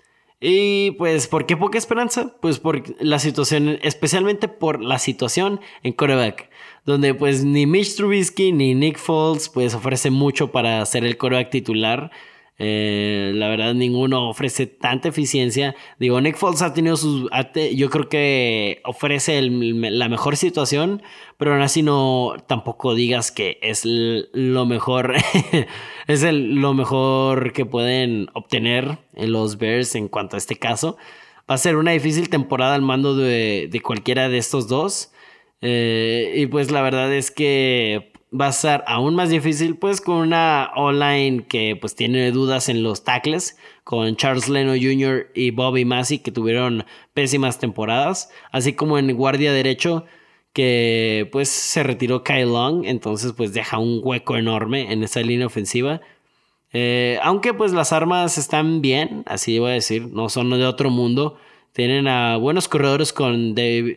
Y pues, ¿por qué poca esperanza? Pues por la situación, especialmente por la situación en quarterback, donde pues ni Mitch Trubisky ni Nick Foles pues ofrecen mucho para ser el quarterback titular. Eh, la verdad, ninguno ofrece tanta eficiencia. Digo, Nick Foles ha tenido sus... Yo creo que ofrece el, la mejor situación, pero aún así no... Tampoco digas que es lo mejor... es el, lo mejor que pueden obtener en los Bears en cuanto a este caso. Va a ser una difícil temporada al mando de, de cualquiera de estos dos. Eh, y pues la verdad es que... va a ser aún más difícil pues con una O-line que pues tiene dudas en los tackles, con Charles Leno junior y Bobby Massey que tuvieron pésimas temporadas, así como en guardia derecho que pues se retiró Kyle Long, entonces pues deja un hueco enorme en esa línea ofensiva. Eh, aunque pues las armas están bien, así voy a decir, no son de otro mundo. Tienen a buenos corredores con, Dave,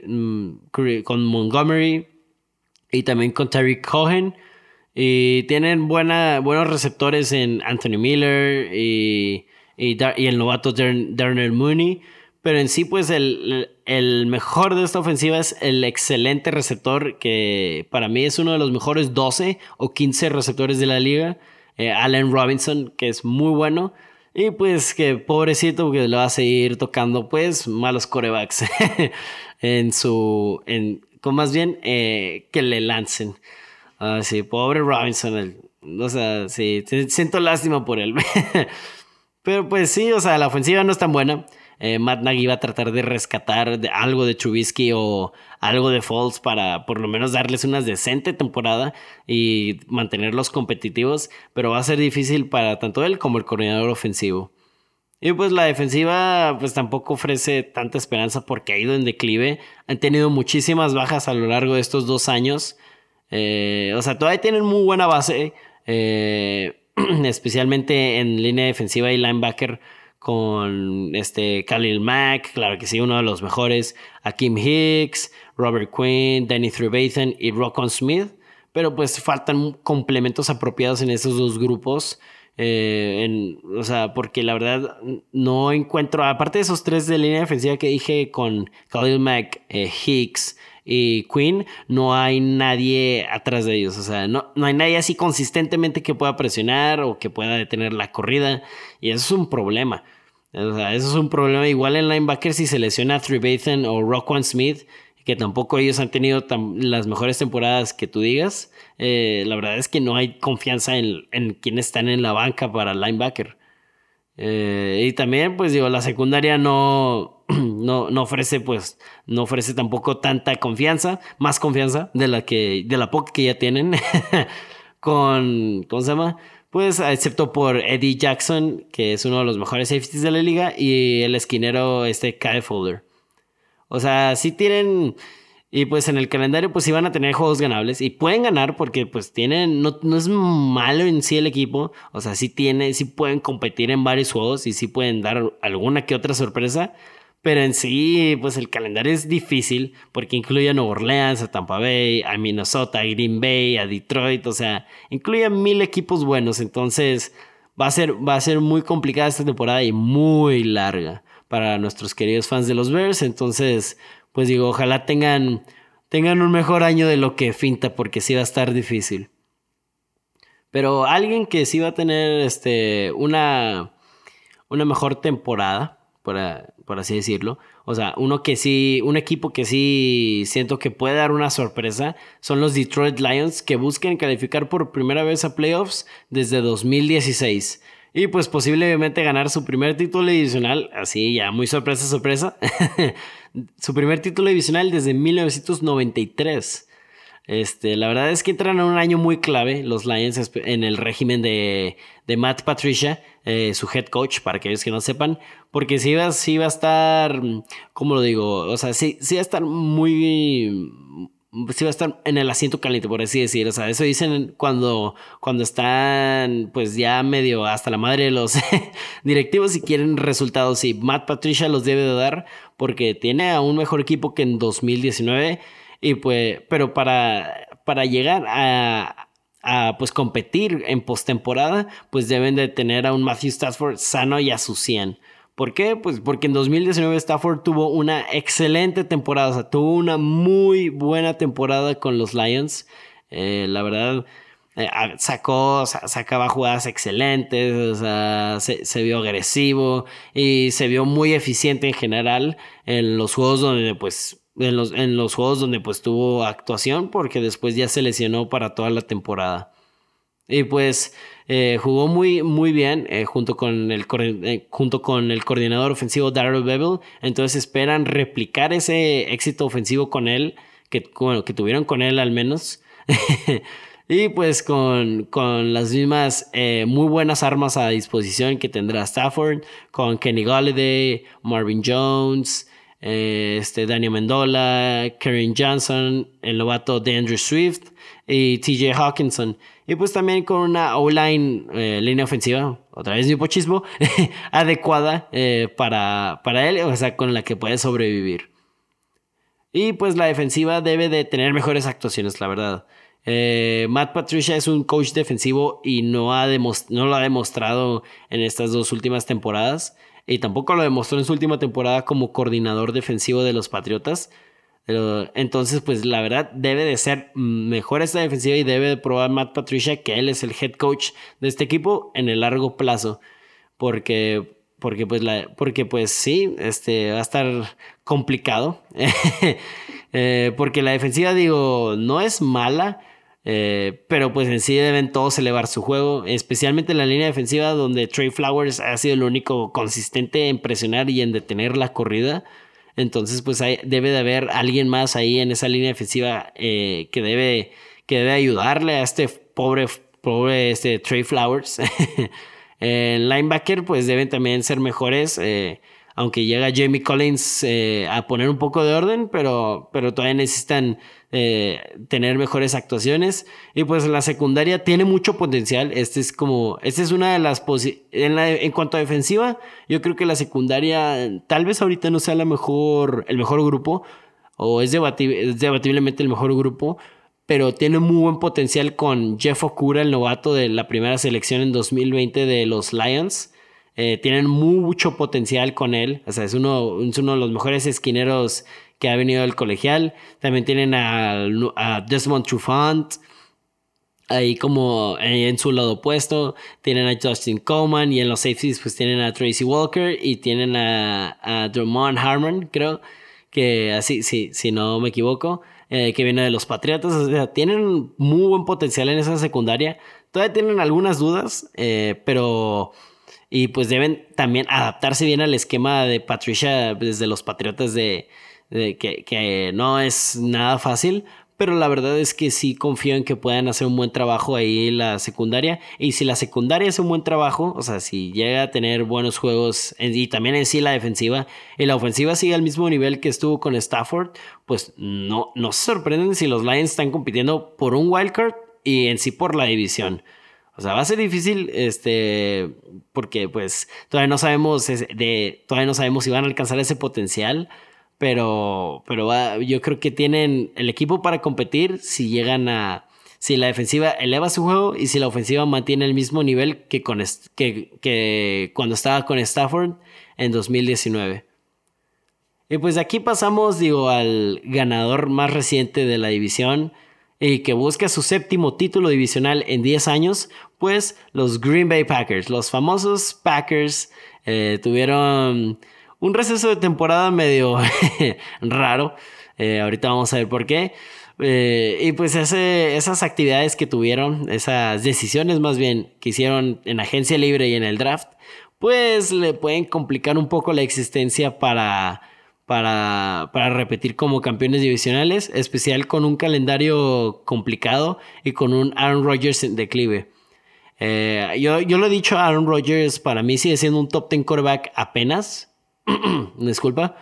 con Montgomery y también con Terry Cohen. Y tienen buena, buenos receptores en Anthony Miller y, y, y el novato Darnell Mooney. Pero en sí, pues el, el mejor de esta ofensiva es el excelente receptor, que para mí es uno de los mejores doce o quince receptores de la liga. Eh, Allen Robinson, que es muy bueno. Y pues que pobrecito, porque le va a seguir tocando pues malos quarterbacks en su... En, con más bien eh, que le lancen. Uh, sí, pobre Robinson. El, o sea, sí, siento lástima por él. Pero pues sí, o sea, la ofensiva no es tan buena. Eh, Matt Nagy va a tratar de rescatar de algo de Trubisky o algo de Foles para por lo menos darles una decente temporada y mantenerlos competitivos. Pero va a ser difícil para tanto él como el coordinador ofensivo. Y pues la defensiva pues tampoco ofrece tanta esperanza porque ha ido en declive. Han tenido muchísimas bajas a lo largo de estos dos años. Eh, o sea, todavía tienen muy buena base. Eh, especialmente en línea defensiva y linebacker con este Khalil Mack, claro que sí, uno de los mejores. Akeem Hicks, Robert Quinn, Danny Trevathan y Roquan Smith. Pero pues faltan complementos apropiados en esos dos grupos. Eh, en, o sea, porque la verdad no encuentro, aparte de esos tres de línea defensiva que dije con Khalil Mack, eh, Hicks y Quinn, no hay nadie atrás de ellos. O sea, no, no hay nadie así consistentemente que pueda presionar o que pueda detener la corrida, y eso es un problema. O sea, eso es un problema igual en linebacker si se lesiona a Trevathan o Roquan Smith, que tampoco ellos han tenido tan, las mejores temporadas que tú digas. Eh, la verdad es que no hay confianza en, en quienes están en la banca para linebacker. Eh, y también, pues digo, la secundaria no, no, no ofrece, pues, no ofrece tampoco tanta confianza, más confianza de la que, de la poca que ya tienen. Con, ¿cómo se llama? Pues, excepto por Eddie Jackson, que es uno de los mejores safeties de la liga, y el esquinero, este Kyle Fuller. O sea, sí tienen... Y pues en el calendario pues sí van a tener juegos ganables. Y pueden ganar porque pues tienen... No, no es malo en sí el equipo. O sea, sí, tiene, sí pueden competir en varios juegos. Y sí pueden dar alguna que otra sorpresa. Pero en sí pues el calendario es difícil. Porque incluye a Nueva Orleans, a Tampa Bay, a Minnesota, a Green Bay, a Detroit. O sea, incluye a mil equipos buenos. Entonces va a ser, va a ser muy complicada esta temporada y muy larga para nuestros queridos fans de los Bears. Entonces... pues digo, ojalá tengan, tengan un mejor año de lo que finta, porque sí va a estar difícil. Pero alguien que sí va a tener este, una, una mejor temporada, por, por así decirlo. O sea, uno que sí, un equipo que sí siento que puede dar una sorpresa, son los Detroit Lions, que buscan calificar por primera vez a playoffs desde dos mil dieciséis. Y pues posiblemente ganar su primer título divisional, así ya muy sorpresa, sorpresa, su primer título divisional desde mil novecientos noventa y tres. Este, la verdad es que entran en un año muy clave los Lions en el régimen de, de Matt Patricia, eh, su head coach, para aquellos que no sepan, porque sí va, sí va a estar, ¿cómo lo digo? O sea, sí, sí va a estar muy... sí va a estar en el asiento caliente, por así decir. O sea, eso dicen cuando, cuando están pues ya medio hasta la madre de los directivos y quieren resultados. Y Matt Patricia los debe de dar porque tiene a un mejor equipo que en dos mil diecinueve. Y pues, pero para, para llegar a, a pues competir en postemporada, pues deben de tener a un Matthew Stafford sano y a su cien. ¿Por qué? Pues porque en dos mil diecinueve Stafford tuvo una excelente temporada, o sea, tuvo una muy buena temporada con los Lions. Eh, la verdad, eh, sacó, sacaba jugadas excelentes, o sea, se, se vio agresivo y se vio muy eficiente en general en los juegos donde, pues, en los, en los juegos donde, pues, tuvo actuación, porque después ya se lesionó para toda la temporada. Y pues eh, jugó muy, muy bien eh, junto, con el, eh, junto con el coordinador ofensivo Darrell Bevell. Entonces esperan replicar ese éxito ofensivo con él, que, bueno, que tuvieron con él al menos. Y pues con, con las mismas eh, muy buenas armas a disposición que tendrá Stafford, con Kenny Golladay, Marvin Jones, eh, este Daniel Mendola, Karen Johnson, el novato DeAndre Swift y T J Hawkinson. Y pues también con una O-line, eh, línea ofensiva, otra vez mi pochismo, adecuada eh, para, para él, o sea, con la que puede sobrevivir. Y pues la defensiva debe de tener mejores actuaciones, la verdad. Eh, Matt Patricia es un coach defensivo y no, ha demost- no lo ha demostrado en estas dos últimas temporadas. Y tampoco lo demostró en su última temporada como coordinador defensivo de los Patriotas. Pero, entonces, pues la verdad debe de ser mejor esta defensiva y debe de probar Matt Patricia que él es el head coach de este equipo en el largo plazo. Porque, porque, pues, la, porque pues sí, este, va a estar complicado. eh, porque la defensiva, digo, no es mala. Eh, pero pues en sí deben todos elevar su juego, especialmente en la línea defensiva donde Trey Flowers ha sido el único consistente en presionar y en detener la corrida. Entonces pues hay, debe de haber alguien más ahí en esa línea defensiva eh, que, debe, que debe ayudarle a este pobre, pobre este Trey Flowers. El linebacker pues deben también ser mejores, eh, aunque llega Jamie Collins eh, a poner un poco de orden, pero, pero todavía necesitan eh, tener mejores actuaciones. Y pues la secundaria tiene mucho potencial. Este es como, esta es una de las posi- en, la, en cuanto a defensiva, yo creo que la secundaria tal vez ahorita no sea la mejor, el mejor grupo, o es, debati- es debatiblemente el mejor grupo, pero tiene muy buen potencial con Jeff Okudah, el novato de la primera selección en dos mil veinte de los Lions. Eh, tienen mucho potencial con él, o sea, es uno, es uno de los mejores esquineros que ha venido del colegial. También tienen a, a Desmond Trufant ahí como en su lado opuesto. Tienen a Justin Coleman y en los safeties pues tienen a Tracy Walker y tienen a, a Drummond Harmon, creo que así, sí, si no me equivoco, eh, que viene de los Patriotas. O sea, tienen muy buen potencial en esa secundaria. Todavía tienen algunas dudas, eh, pero... Y pues deben también adaptarse bien al esquema de Patricia desde los Patriotas, de, de que, que no es nada fácil, pero la verdad es que sí confío en que puedan hacer un buen trabajo ahí en la secundaria. Y si la secundaria hace un buen trabajo, o sea, si llega a tener buenos juegos y también en sí la defensiva, y la ofensiva sigue al mismo nivel que estuvo con Stafford, pues no, no se sorprenden si los Lions están compitiendo por un wildcard y en sí por la división. O sea, va a ser difícil, este, porque pues todavía no sabemos de, todavía no sabemos si van a alcanzar ese potencial, pero, pero va, yo creo que tienen el equipo para competir si llegan a, si la defensiva eleva su juego y si la ofensiva mantiene el mismo nivel que con que, que cuando estaba con Stafford en dos mil diecinueve. Y pues de aquí pasamos, digo, al ganador más reciente de la división, y que busca su séptimo título divisional en diez años, pues los Green Bay Packers, los famosos Packers, eh, tuvieron un receso de temporada medio raro. Eh, ahorita vamos a ver por qué. Eh, y pues ese, esas actividades que tuvieron, esas decisiones más bien que hicieron en agencia libre y en el draft, pues le pueden complicar un poco la existencia para... para, para repetir como campeones divisionales, especial con un calendario complicado y con un Aaron Rodgers en declive. Eh, yo, yo lo he dicho, Aaron Rodgers para mí sigue siendo un top diez quarterback apenas. Disculpa.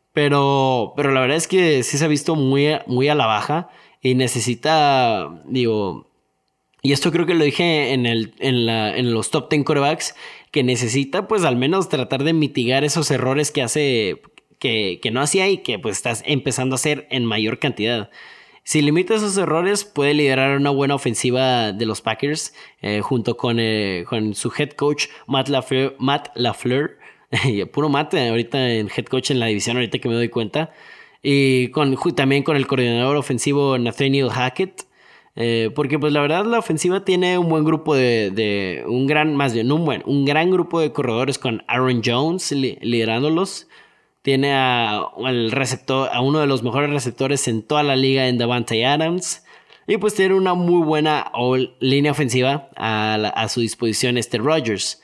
Pero, pero la verdad es que sí se ha visto muy, muy a la baja y necesita, digo, y esto creo que lo dije en, el, en, la, en los top diez quarterbacks, que necesita pues al menos tratar de mitigar esos errores que hace, que, que no hacía y que pues estás empezando a hacer en mayor cantidad. Si limita esos errores, puede liderar una buena ofensiva de los Packers, eh, junto con, eh, con su head coach Matt LaFleur, Matt LaFleur. Puro mate ahorita en head coach en la división, ahorita que me doy cuenta. Y con, también con el coordinador ofensivo Nathaniel Hackett. Eh, porque pues la verdad la ofensiva tiene un buen grupo de, de un gran, más bien un buen, un gran grupo de corredores con Aaron Jones li, liderándolos. Tiene a, al receptor, a uno de los mejores receptores en toda la liga en Davante Adams. Y pues tiene una muy buena línea ofensiva a, la, a su disposición este Rodgers.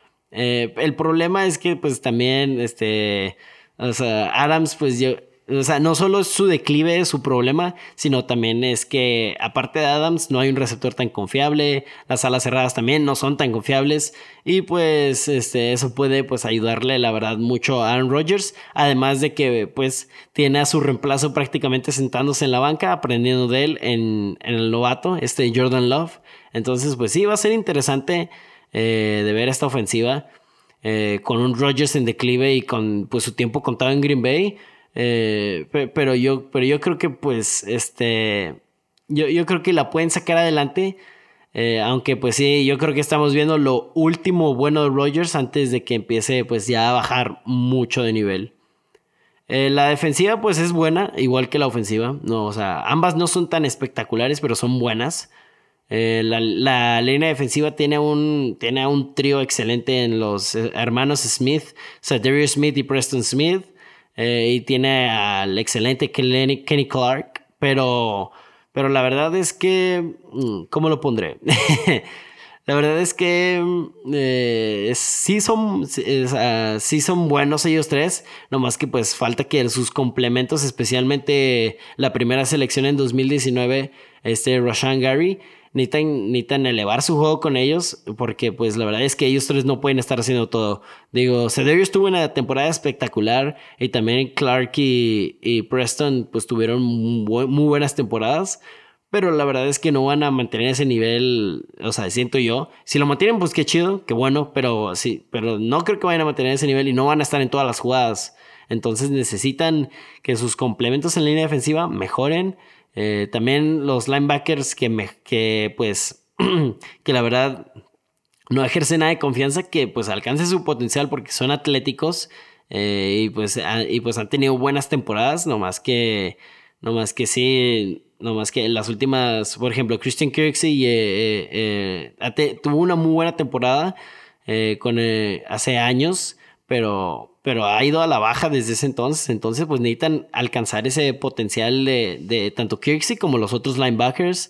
Eh, el problema es que pues también este, o sea, Adams pues yo, o sea, no solo es su declive su problema, sino también es que aparte de Adams no hay un receptor tan confiable, las alas cerradas también no son tan confiables y pues este, eso puede pues ayudarle la verdad mucho a Aaron Rodgers, además de que pues tiene a su reemplazo prácticamente sentándose en la banca aprendiendo de él en, en el novato, este Jordan Love. Entonces pues sí, va a ser interesante eh, de ver esta ofensiva eh, con un Rodgers en declive y con pues su tiempo contado en Green Bay. Eh, pero yo pero yo creo que pues este yo, yo creo que la pueden sacar adelante, eh, aunque pues sí, yo creo que estamos viendo lo último bueno de Rodgers antes de que empiece pues ya a bajar mucho de nivel. Eh, la defensiva pues es buena, igual que la ofensiva, no, o sea, ambas no son tan espectaculares, pero son buenas. Eh, la, la línea defensiva tiene un, tiene un trío excelente en los hermanos Smith, o sea, Darius Smith y Preston Smith. Eh, y tiene al excelente Kenny, Kenny Clark, pero, pero la verdad es que, ¿cómo lo pondré? La verdad es que eh, sí, son, uh, sí son buenos ellos tres, nomás que pues falta que sus complementos, especialmente la primera selección en dos mil diecinueve, este Rashan Gary, necesitan, necesitan elevar su juego con ellos, porque pues la verdad es que ellos tres no pueden estar haciendo todo. Digo, Cedarius tuvo una temporada espectacular y también Clark y, y Preston pues tuvieron muy, muy buenas temporadas, pero la verdad es que no van a mantener ese nivel, o sea, siento yo. Si lo mantienen, pues qué chido, qué bueno, pero sí, pero no creo que vayan a mantener ese nivel y no van a estar en todas las jugadas. Entonces necesitan que sus complementos en línea defensiva mejoren. Eh, también los linebackers que, me, que pues, que la verdad no ejercen nada de confianza, que pues alcancen su potencial porque son atléticos eh, y, pues, a, y pues han tenido buenas temporadas, no más que, no más que sí, no más que las últimas, por ejemplo, Christian Kirksey eh, eh, eh, tuvo una muy buena temporada eh, con, eh, hace años, pero... pero ha ido a la baja desde ese entonces. Entonces, pues necesitan alcanzar ese potencial de, de tanto Kirksey como los otros linebackers.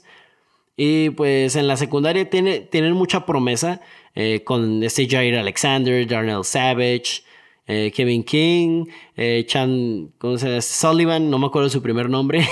Y pues en la secundaria tiene, tienen mucha promesa eh, con este Jair Alexander, Darnell Savage, eh, Kevin King, eh, Chan, ¿cómo se llama? Sullivan, no me acuerdo su primer nombre.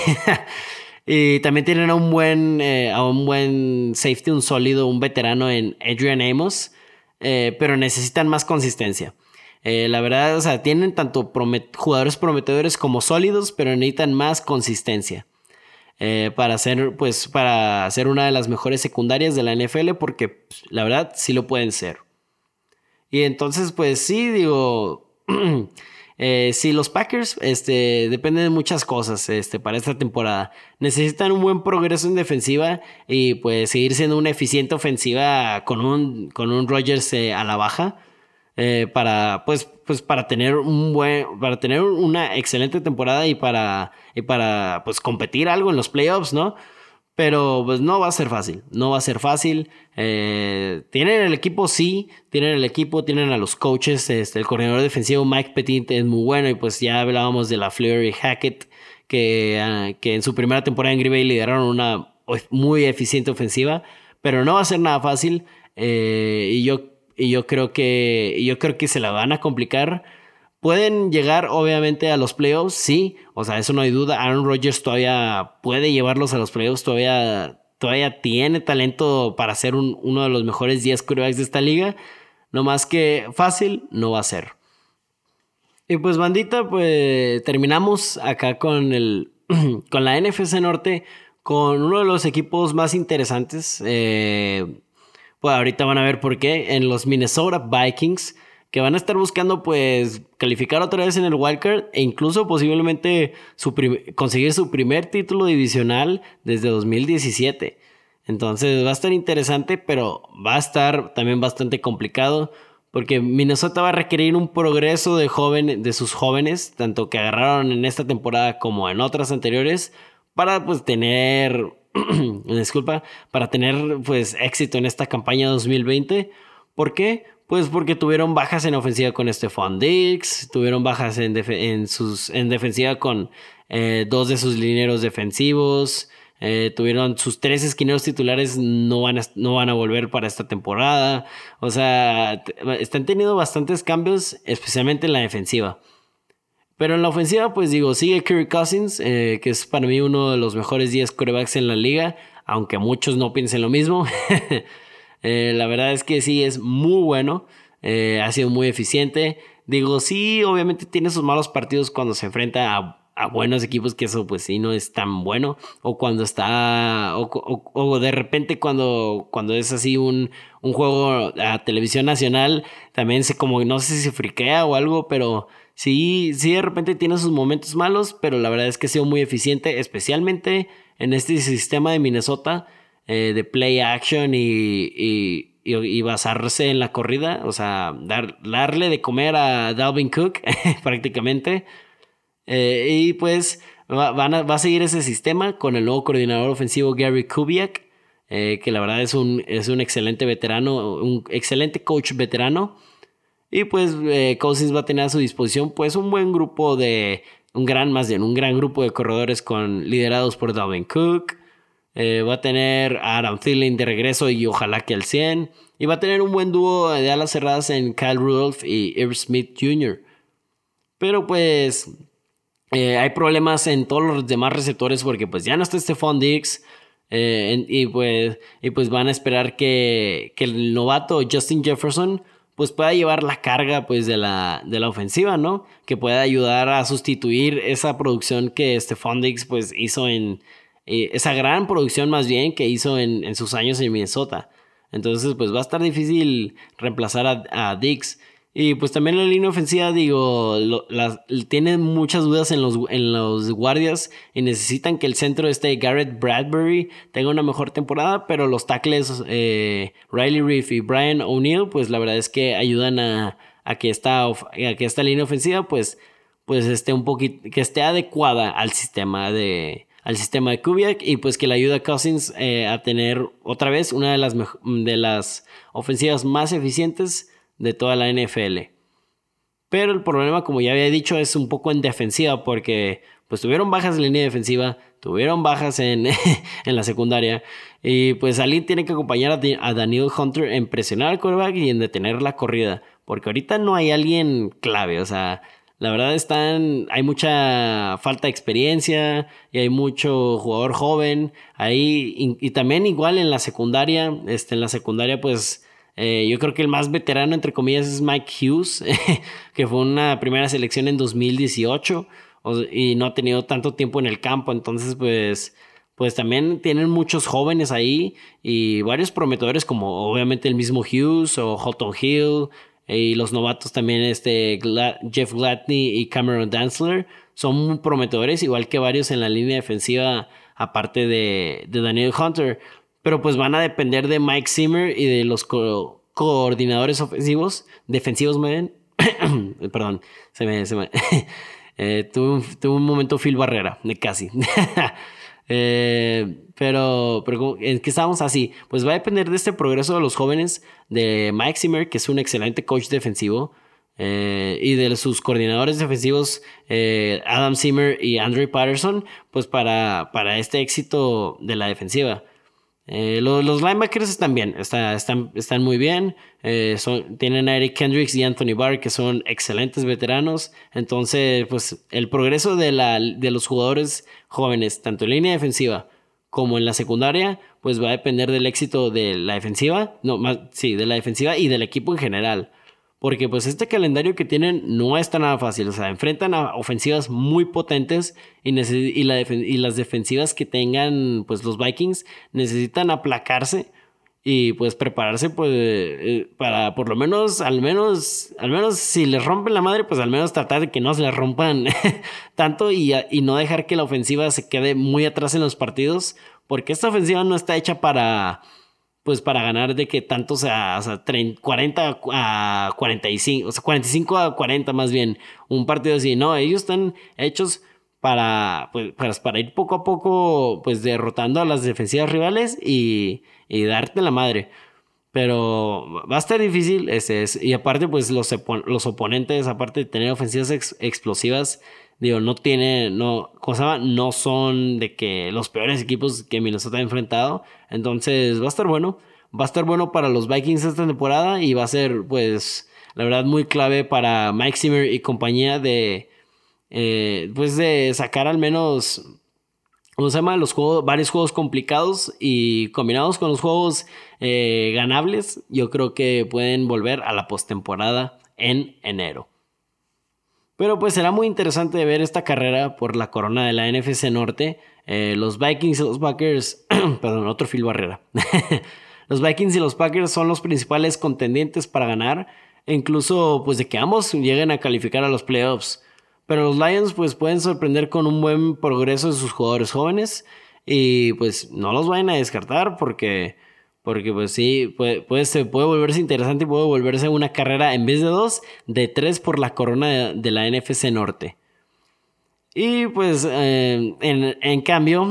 Y también tienen a un buen, eh, a un buen safety, un sólido, un veterano en Adrian Amos, eh, pero necesitan más consistencia. Eh, la verdad, o sea, tienen tanto promet- jugadores prometedores como sólidos, pero necesitan más consistencia eh, para ser, pues, para ser una de las mejores secundarias de la N F L, porque pues, la verdad sí lo pueden ser. Y entonces, pues sí, digo, eh, sí, los Packers, este, dependen de muchas cosas, este, para esta temporada. Necesitan un buen progreso en defensiva y pues seguir siendo una eficiente ofensiva con un, con un Rodgers eh, a la baja. Eh, para pues pues para tener un buen para tener una excelente temporada y para y para pues competir algo en los playoffs, ¿no? Pero pues no va a ser fácil, no va a ser fácil. Eh, tienen el equipo, sí, tienen el equipo, tienen a los coaches, este, el coordinador defensivo Mike Petit es muy bueno y pues ya hablábamos de LaFleur y Hackett que, uh, que en su primera temporada en Green Bay lideraron una muy eficiente ofensiva, pero no va a ser nada fácil eh, y yo Y yo creo que yo creo que se la van a complicar ¿Pueden llegar obviamente a los playoffs? Sí, o sea, eso no hay duda. Aaron Rodgers todavía puede llevarlos a los playoffs, todavía, todavía tiene talento para ser un, uno de los mejores diez quarterbacks de esta liga. No más que fácil, no va a ser. Y pues bandita, pues terminamos acá con, el, con la N F C Norte, con uno de los equipos más interesantes. Eh, pues ahorita van a ver por qué, en los Minnesota Vikings, que van a estar buscando pues calificar otra vez en el wildcard e incluso posiblemente su prim- conseguir su primer título divisional desde dos mil diecisiete. Entonces va a estar interesante, pero va a estar también bastante complicado porque Minnesota va a requerir un progreso de, joven, de sus jóvenes, tanto que agarraron en esta temporada como en otras anteriores, para pues tener, disculpa, para tener pues éxito en esta campaña dos mil veinte. ¿Por qué? Pues porque tuvieron bajas en ofensiva con Stephon Diggs, tuvieron bajas en, def- en, sus, en defensiva con eh, dos de sus linieros defensivos, eh, tuvieron sus tres esquineros titulares, no van, a, no van a volver para esta temporada. O sea, t- están teniendo bastantes cambios, especialmente en la defensiva. Pero en la ofensiva, pues digo, sigue Kirk Cousins, eh, que es para mí uno de los mejores diez quarterbacks en la liga, aunque muchos no piensen lo mismo. Eh, la verdad es que sí, es muy bueno. Eh, ha sido muy eficiente. Digo, sí, obviamente tiene sus malos partidos cuando se enfrenta a, a buenos equipos, que eso pues sí no es tan bueno. O cuando está... O, o, o de repente cuando, cuando es así un, un juego a televisión nacional, también se como, no sé si se friquea o algo, pero sí, sí de repente tiene sus momentos malos, pero la verdad es que ha sido muy eficiente, especialmente en este sistema de Minnesota. Eh, de play action y, y, y, y basarse en la corrida, o sea, dar, darle de comer a Dalvin Cook prácticamente. Eh, y pues va, van a, va a seguir ese sistema con el nuevo coordinador ofensivo Gary Kubiak, eh, que la verdad es un, es un excelente veterano, un excelente coach veterano. Y pues eh, Cousins va a tener a su disposición pues un buen grupo de, un gran, más bien, un gran grupo de corredores con, liderados por Dalvin Cook. Eh, va a tener a Adam Thielen de regreso y ojalá que al cien. Y va a tener un buen dúo de alas cerradas en Kyle Rudolph y Irv Smith junior Pero pues eh, hay problemas en todos los demás receptores porque pues ya no está Stephon Diggs. Eh, en, y, pues, y pues van a esperar que, que el novato Justin Jefferson pues pueda llevar la carga pues de la, de la ofensiva, ¿no? Que pueda ayudar a sustituir esa producción que Stephon Diggs pues hizo en... Eh, esa gran producción más bien que hizo en, en sus años en Minnesota. Entonces pues va a estar difícil reemplazar a, a Diggs. Y pues también la línea ofensiva, digo, lo, las, tienen muchas dudas en los, en los guardias y necesitan que el centro este Garrett Bradbury tenga una mejor temporada, pero los tackles eh, Riley Reef y Brian O'Neill pues la verdad es que ayudan a, a, que, esta, a que esta línea ofensiva pues, pues esté un poquito, que esté adecuada al sistema de... al sistema de Kubiak y pues que le ayuda a Cousins eh, a tener otra vez una de las, de las ofensivas más eficientes de toda la N F L. Pero el problema, como ya había dicho, es un poco en defensiva porque pues tuvieron bajas en la línea defensiva, tuvieron bajas en, en la secundaria y pues alguien tiene que acompañar a, a Daniel Hunter en presionar al quarterback y en detener la corrida porque ahorita no hay alguien clave, o sea... La verdad están, hay mucha falta de experiencia y hay mucho jugador joven ahí y, y también igual en la secundaria, este, en la secundaria pues eh, yo creo que el más veterano entre comillas es Mike Hughes, que fue una primera selección en dos mil dieciocho y no ha tenido tanto tiempo en el campo, entonces pues... Pues también tienen muchos jóvenes ahí y varios prometedores como obviamente el mismo Hughes o Holton Hill. Y los novatos también, este Glad- Jeff Gladney y Cameron Dantzler, son muy prometedores, igual que varios en la línea defensiva, aparte de, de Daniel Hunter. Pero pues van a depender de Mike Zimmer y de los co- coordinadores ofensivos, defensivos, me ven. Perdón, se me... Se me eh, tuve, un, tuve un momento Phil Barrera, de casi. Eh, pero, pero en que estamos así, pues va a depender de este progreso de los jóvenes, de Mike Zimmer, que es un excelente coach defensivo, eh, y de sus coordinadores defensivos, eh, Adam Zimmer y Andre Patterson, pues para, para este éxito de la defensiva. Eh, los, los linebackers están bien, está, están, están muy bien. Eh, son, tienen a Eric Kendricks y Anthony Barr, que son excelentes veteranos. Entonces, pues el progreso de, la, de los jugadores jóvenes, tanto en línea defensiva como en la secundaria, pues va a depender del éxito de la defensiva, no, más, sí, de la defensiva y del equipo en general. Porque pues este calendario que tienen no está nada fácil. O sea, enfrentan a ofensivas muy potentes y, neces- y, la defen- y las defensivas que tengan pues los Vikings necesitan aplacarse y pues prepararse pues eh, para por lo menos, al menos, al menos si les rompen la madre, pues al menos tratar de que no se les rompan tanto y, y no dejar que la ofensiva se quede muy atrás en los partidos. Porque esta ofensiva no está hecha para... pues para ganar de que tanto sea, o sea, treinta, cuarenta a cuarenta y cinco, o sea, cuarenta y cinco a cuarenta más bien, un partido así. No, ellos están hechos para, pues, para, para ir poco a poco, pues derrotando a las defensivas rivales y, y darte la madre. Pero va a estar difícil, ese es, y aparte, pues los, los oponentes, aparte de tener ofensivas ex, explosivas, digo, no tiene, no, ¿cómo se llama? No son de que los peores equipos que Minnesota ha enfrentado. Entonces va a estar bueno. Va a estar bueno para los Vikings esta temporada y va a ser, pues, la verdad, muy clave para Mike Zimmer y compañía de, eh, pues, de sacar al menos, ¿cómo se llama? Los juegos, varios juegos complicados y combinados con los juegos eh, ganables, yo creo que pueden volver a la postemporada en enero. Pero pues será muy interesante ver esta carrera por la corona de la N F C Norte. Eh, los Vikings y los Packers... perdón, otro Phil Barrera. Los Vikings y los Packers son los principales contendientes para ganar. E incluso pues de que ambos lleguen a calificar a los playoffs. Pero los Lions pues pueden sorprender con un buen progreso de sus jugadores jóvenes. Y pues no los vayan a descartar porque... Porque pues sí, puede, puede, puede volverse interesante y puede volverse una carrera en vez de dos, de tres por la corona de, de la N F C Norte. Y pues eh, en, en cambio,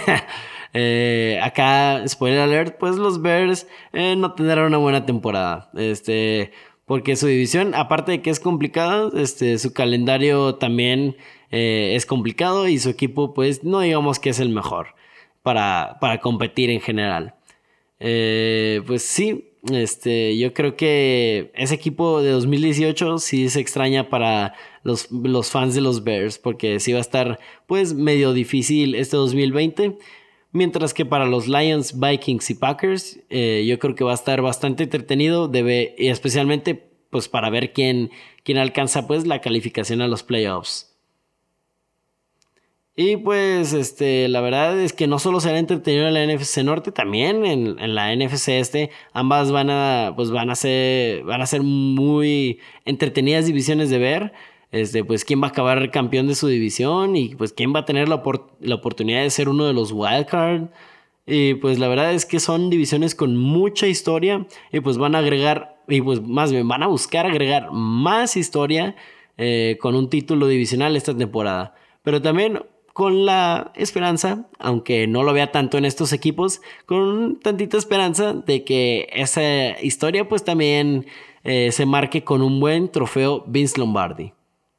eh, acá, spoiler alert, pues los Bears eh, no tendrán una buena temporada. Este, porque su división, aparte de que es complicada, este, su calendario también eh, es complicado y su equipo pues no digamos que es el mejor para, para competir en general. Eh, pues sí, este, yo creo que ese equipo de dos mil dieciocho sí se extraña para los, los fans de los Bears, porque sí va a estar pues medio difícil este dos mil veinte, mientras que para los Lions, Vikings y Packers eh, yo creo que va a estar bastante entretenido, debe, y especialmente pues para ver quién, quién alcanza pues la calificación a los playoffs. Y pues este, la verdad es que no solo será entretenido en la N F C Norte, también en, en la N F C Este. Ambas van a, pues van a ser, van a ser muy entretenidas divisiones de ver. Este, pues quién va a acabar campeón de su división y pues quién va a tener la, opor- la oportunidad de ser uno de los wildcard. Y pues la verdad es que son divisiones con mucha historia y pues van a agregar, y pues más bien van a buscar agregar más historia eh, con un título divisional esta temporada. Pero también con la esperanza, aunque no lo vea tanto en estos equipos, con tantita esperanza de que esa historia pues también eh, se marque con un buen trofeo Vince Lombardi.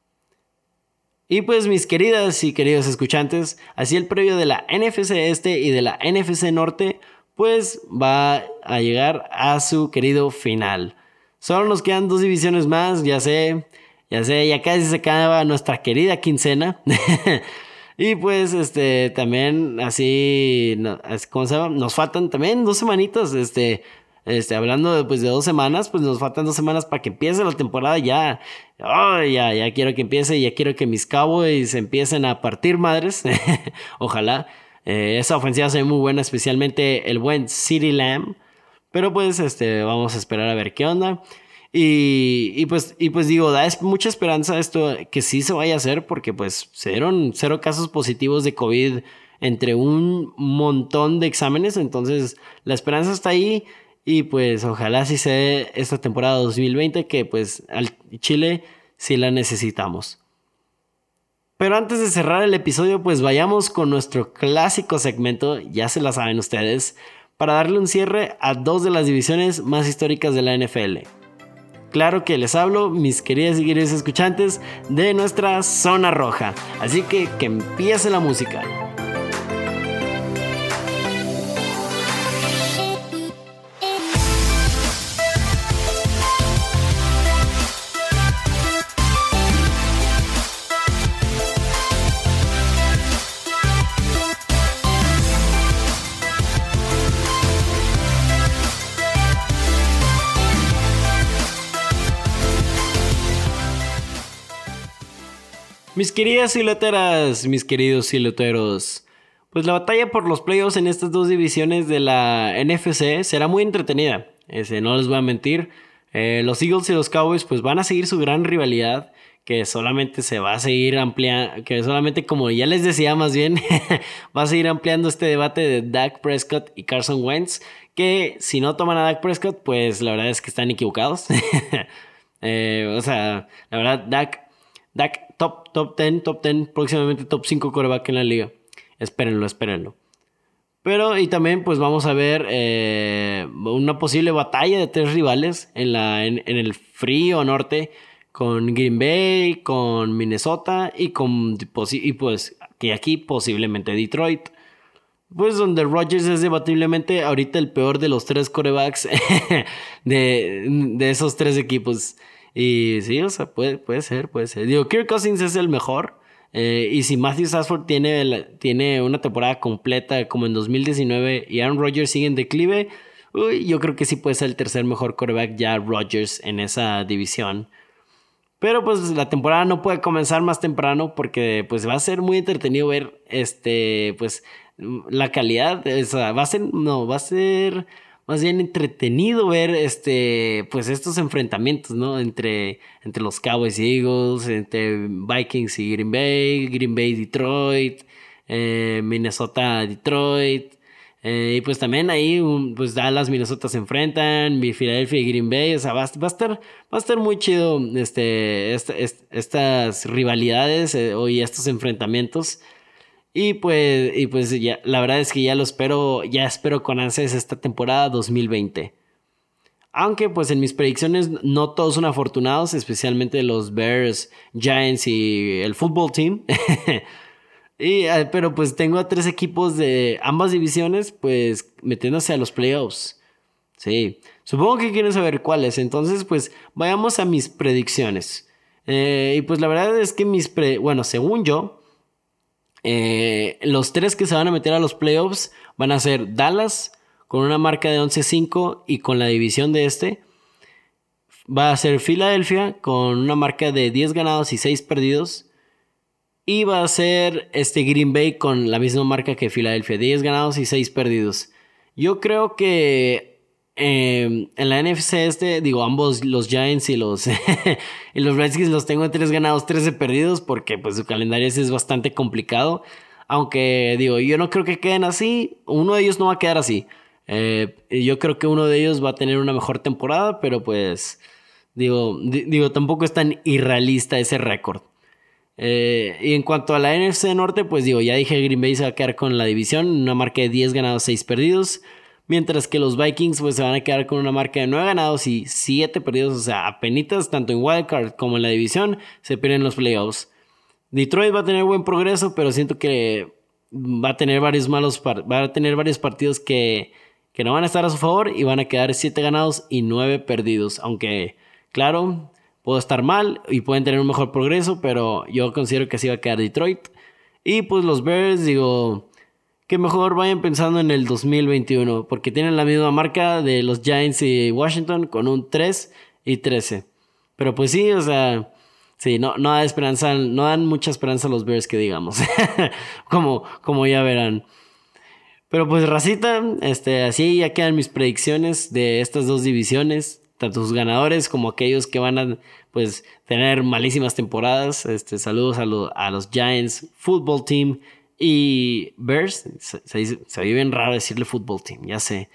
Y pues mis queridas y queridos escuchantes, así el previo de la N F C Este y de la N F C Norte pues va a llegar a su querido final. Solo nos quedan dos divisiones más, ya sé, ya sé, ya casi se acaba nuestra querida quincena. Y pues, este, también así, ¿cómo se llama? Nos faltan también dos semanitas, este, este, hablando de, pues, de dos semanas, pues nos faltan dos semanas para que empiece la temporada ya. Oh, ya, ya quiero que empiece, ya quiero que mis Cowboys empiecen a partir madres. Ojalá. Eh, esa ofensiva se ve muy buena, especialmente el buen CeeDee Lamb. Pero pues, este, vamos a esperar a ver qué onda. Y, y, pues, y pues digo, da mucha esperanza esto que sí se vaya a hacer porque pues se dieron cero casos positivos de COVID entre un montón de exámenes, entonces la esperanza está ahí y pues ojalá sí se dé esta temporada dos mil veinte que pues al Chile sí la necesitamos. Pero antes de cerrar el episodio pues vayamos con nuestro clásico segmento, ya se la saben ustedes, para darle un cierre a dos de las divisiones más históricas de la N F L. Claro que les hablo, mis queridas y queridos escuchantes, de nuestra zona roja. Así que que empiece la música. Mis queridas silueteras, mis queridos silueteros, pues la batalla por los playoffs en estas dos divisiones de la N F C será muy entretenida. Ese, no les voy a mentir. Eh, los Eagles y los Cowboys pues van a seguir su gran rivalidad, que solamente se va a seguir ampliando, que solamente, como ya les decía más bien, va a seguir ampliando este debate de Dak Prescott y Carson Wentz, que si no toman a Dak Prescott, pues la verdad es que están equivocados. eh, o sea, la verdad, Dak, Dak top, top diez, top diez, próximamente top cinco quarterback en la liga. Espérenlo, espérenlo. Pero, y también pues vamos a ver eh, una posible batalla de tres rivales en, la, en, en el frío norte, con Green Bay, con Minnesota y con y pues que aquí posiblemente Detroit. Pues donde Rodgers es debatiblemente ahorita el peor de los tres quarterbacks de, de esos tres equipos. Y sí, o sea, puede, puede ser, puede ser. Digo, Kirk Cousins es el mejor. Eh, y si Matthew Stafford tiene, la, tiene una temporada completa como en dos mil diecinueve y Aaron Rodgers sigue en declive, uy, yo creo que sí puede ser el tercer mejor quarterback ya Rodgers en esa división. Pero pues la temporada no puede comenzar más temprano porque pues va a ser muy entretenido ver este pues la calidad, o sea, va a ser no, va a ser más bien entretenido ver este pues estos enfrentamientos, ¿no? Entre entre los Cowboys y Eagles, entre Vikings y Green Bay, Green Bay Detroit, eh, Minnesota Detroit. Eh, y pues también ahí pues Dallas, Minnesota se enfrentan, Philadelphia y Green Bay, o sea, va, va a estar va a estar muy chido este, este, este estas rivalidades eh, y estos enfrentamientos. Y pues, y pues ya, la verdad es que ya lo espero, ya espero con ansias esta temporada dos mil veinte. Aunque pues en mis predicciones no todos son afortunados, especialmente los Bears, Giants y el Football Team. Y, pero pues tengo a tres equipos de ambas divisiones pues metiéndose a los playoffs. Sí, supongo que quieren saber cuáles. Entonces pues vayamos a mis predicciones. Eh, y pues la verdad es que mis... Pre- bueno, según yo, eh, los tres que se van a meter a los playoffs van a ser Dallas con una marca de once cinco y con la división de este. Va a ser Philadelphia con una marca de diez ganados y seis perdidos. Y va a ser este Green Bay con la misma marca que Filadelfia, diez ganados y seis perdidos. Yo creo que eh, en la N F C este, digo, ambos los Giants y los, y los Redskins los tengo en tres ganados, trece perdidos, porque pues su calendario es bastante complicado. Aunque digo, yo no creo que queden así, uno de ellos no va a quedar así. Eh, yo creo que uno de ellos va a tener una mejor temporada, pero pues digo, d- digo tampoco es tan irrealista ese récord. Eh, y en cuanto a la N F C Norte, pues digo, ya dije, Green Bay se va a quedar con la división, una marca de diez ganados, seis perdidos, mientras que los Vikings pues se van a quedar con una marca de nueve ganados y siete perdidos, o sea, apenitas tanto en Wildcard como en la división se pierden los playoffs. Detroit va a tener buen progreso, pero siento que va a tener varios malos par- va a tener varios partidos que, que no van a estar a su favor y van a quedar siete ganados y nueve perdidos, aunque claro, puedo estar mal y pueden tener un mejor progreso, pero yo considero que así va a quedar Detroit. Y pues los Bears, digo, que mejor vayan pensando en el dos mil veintiuno, porque tienen la misma marca de los Giants y Washington con un tres y trece. Pero pues sí, o sea, sí, no, no da esperanza, no dan mucha esperanza a los Bears que digamos, como, como ya verán. Pero pues racita, este, así ya quedan mis predicciones de estas dos divisiones, tanto sus ganadores como aquellos que van a pues tener malísimas temporadas. Este, saludos a, lo, a los Giants, Football Team y Bears. Se, se, se oye bien raro decirle Football Team, ya sé.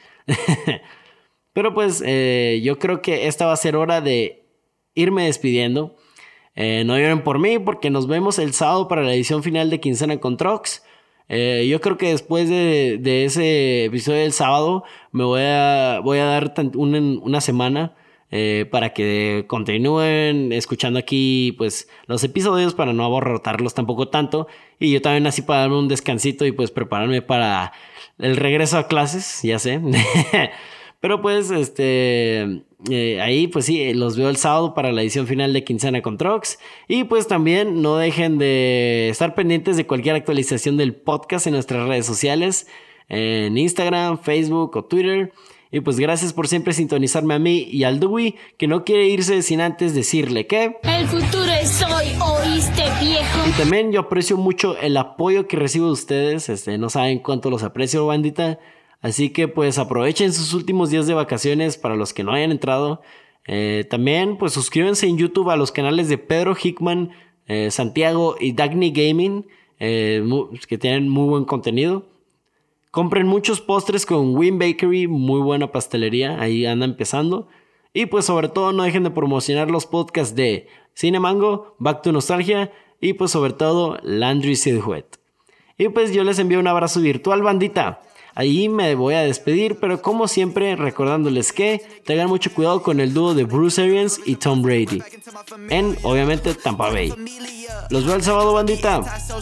Pero pues eh, yo creo que esta va a ser hora de irme despidiendo. Eh, no lloren por mí porque nos vemos el sábado para la edición final de Quincena con Trox. Eh, yo creo que después de, de ese episodio del sábado me voy a, voy a dar una, una semana eh, para que continúen escuchando aquí pues los episodios para no aborrotarlos tampoco tanto, y yo también así para darme un descansito y pues prepararme para el regreso a clases, ya sé. Pero pues este eh, ahí pues sí, los veo el sábado para la edición final de Quincena con Trox. Y pues también no dejen de estar pendientes de cualquier actualización del podcast en nuestras redes sociales, en Instagram, Facebook o Twitter. Y pues gracias por siempre sintonizarme a mí y al Dewey, que no quiere irse sin antes decirle que... El futuro es hoy, ¿oíste, viejo? Y también yo aprecio mucho el apoyo que recibo de ustedes, este, no saben cuánto los aprecio, bandita. Así que pues aprovechen sus últimos días de vacaciones para los que no hayan entrado. Eh, también pues suscríbanse en YouTube a los canales de Pedro Hickman, eh, Santiago y Dagny Gaming, eh, muy, que tienen muy buen contenido. Compren muchos postres con Win Bakery, muy buena pastelería, ahí anda empezando. Y pues sobre todo no dejen de promocionar los podcasts de Cine Mango, Back to Nostalgia y pues sobre todo Landry Silhouette. Y pues yo les envío un abrazo virtual, bandita. Ahí me voy a despedir, pero como siempre recordándoles que tengan mucho cuidado con el dúo de Bruce Arians y Tom Brady en, obviamente, Tampa Bay. Los veo el sábado, bandita.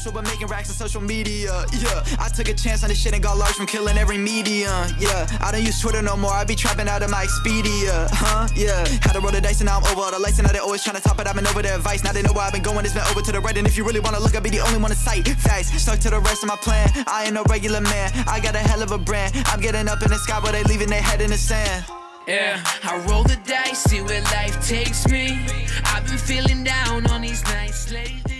Of a brand. I'm getting up in the sky, but they leaving their head in the sand. Yeah, I roll the dice, see where life takes me. I've been feeling down on these nights lately.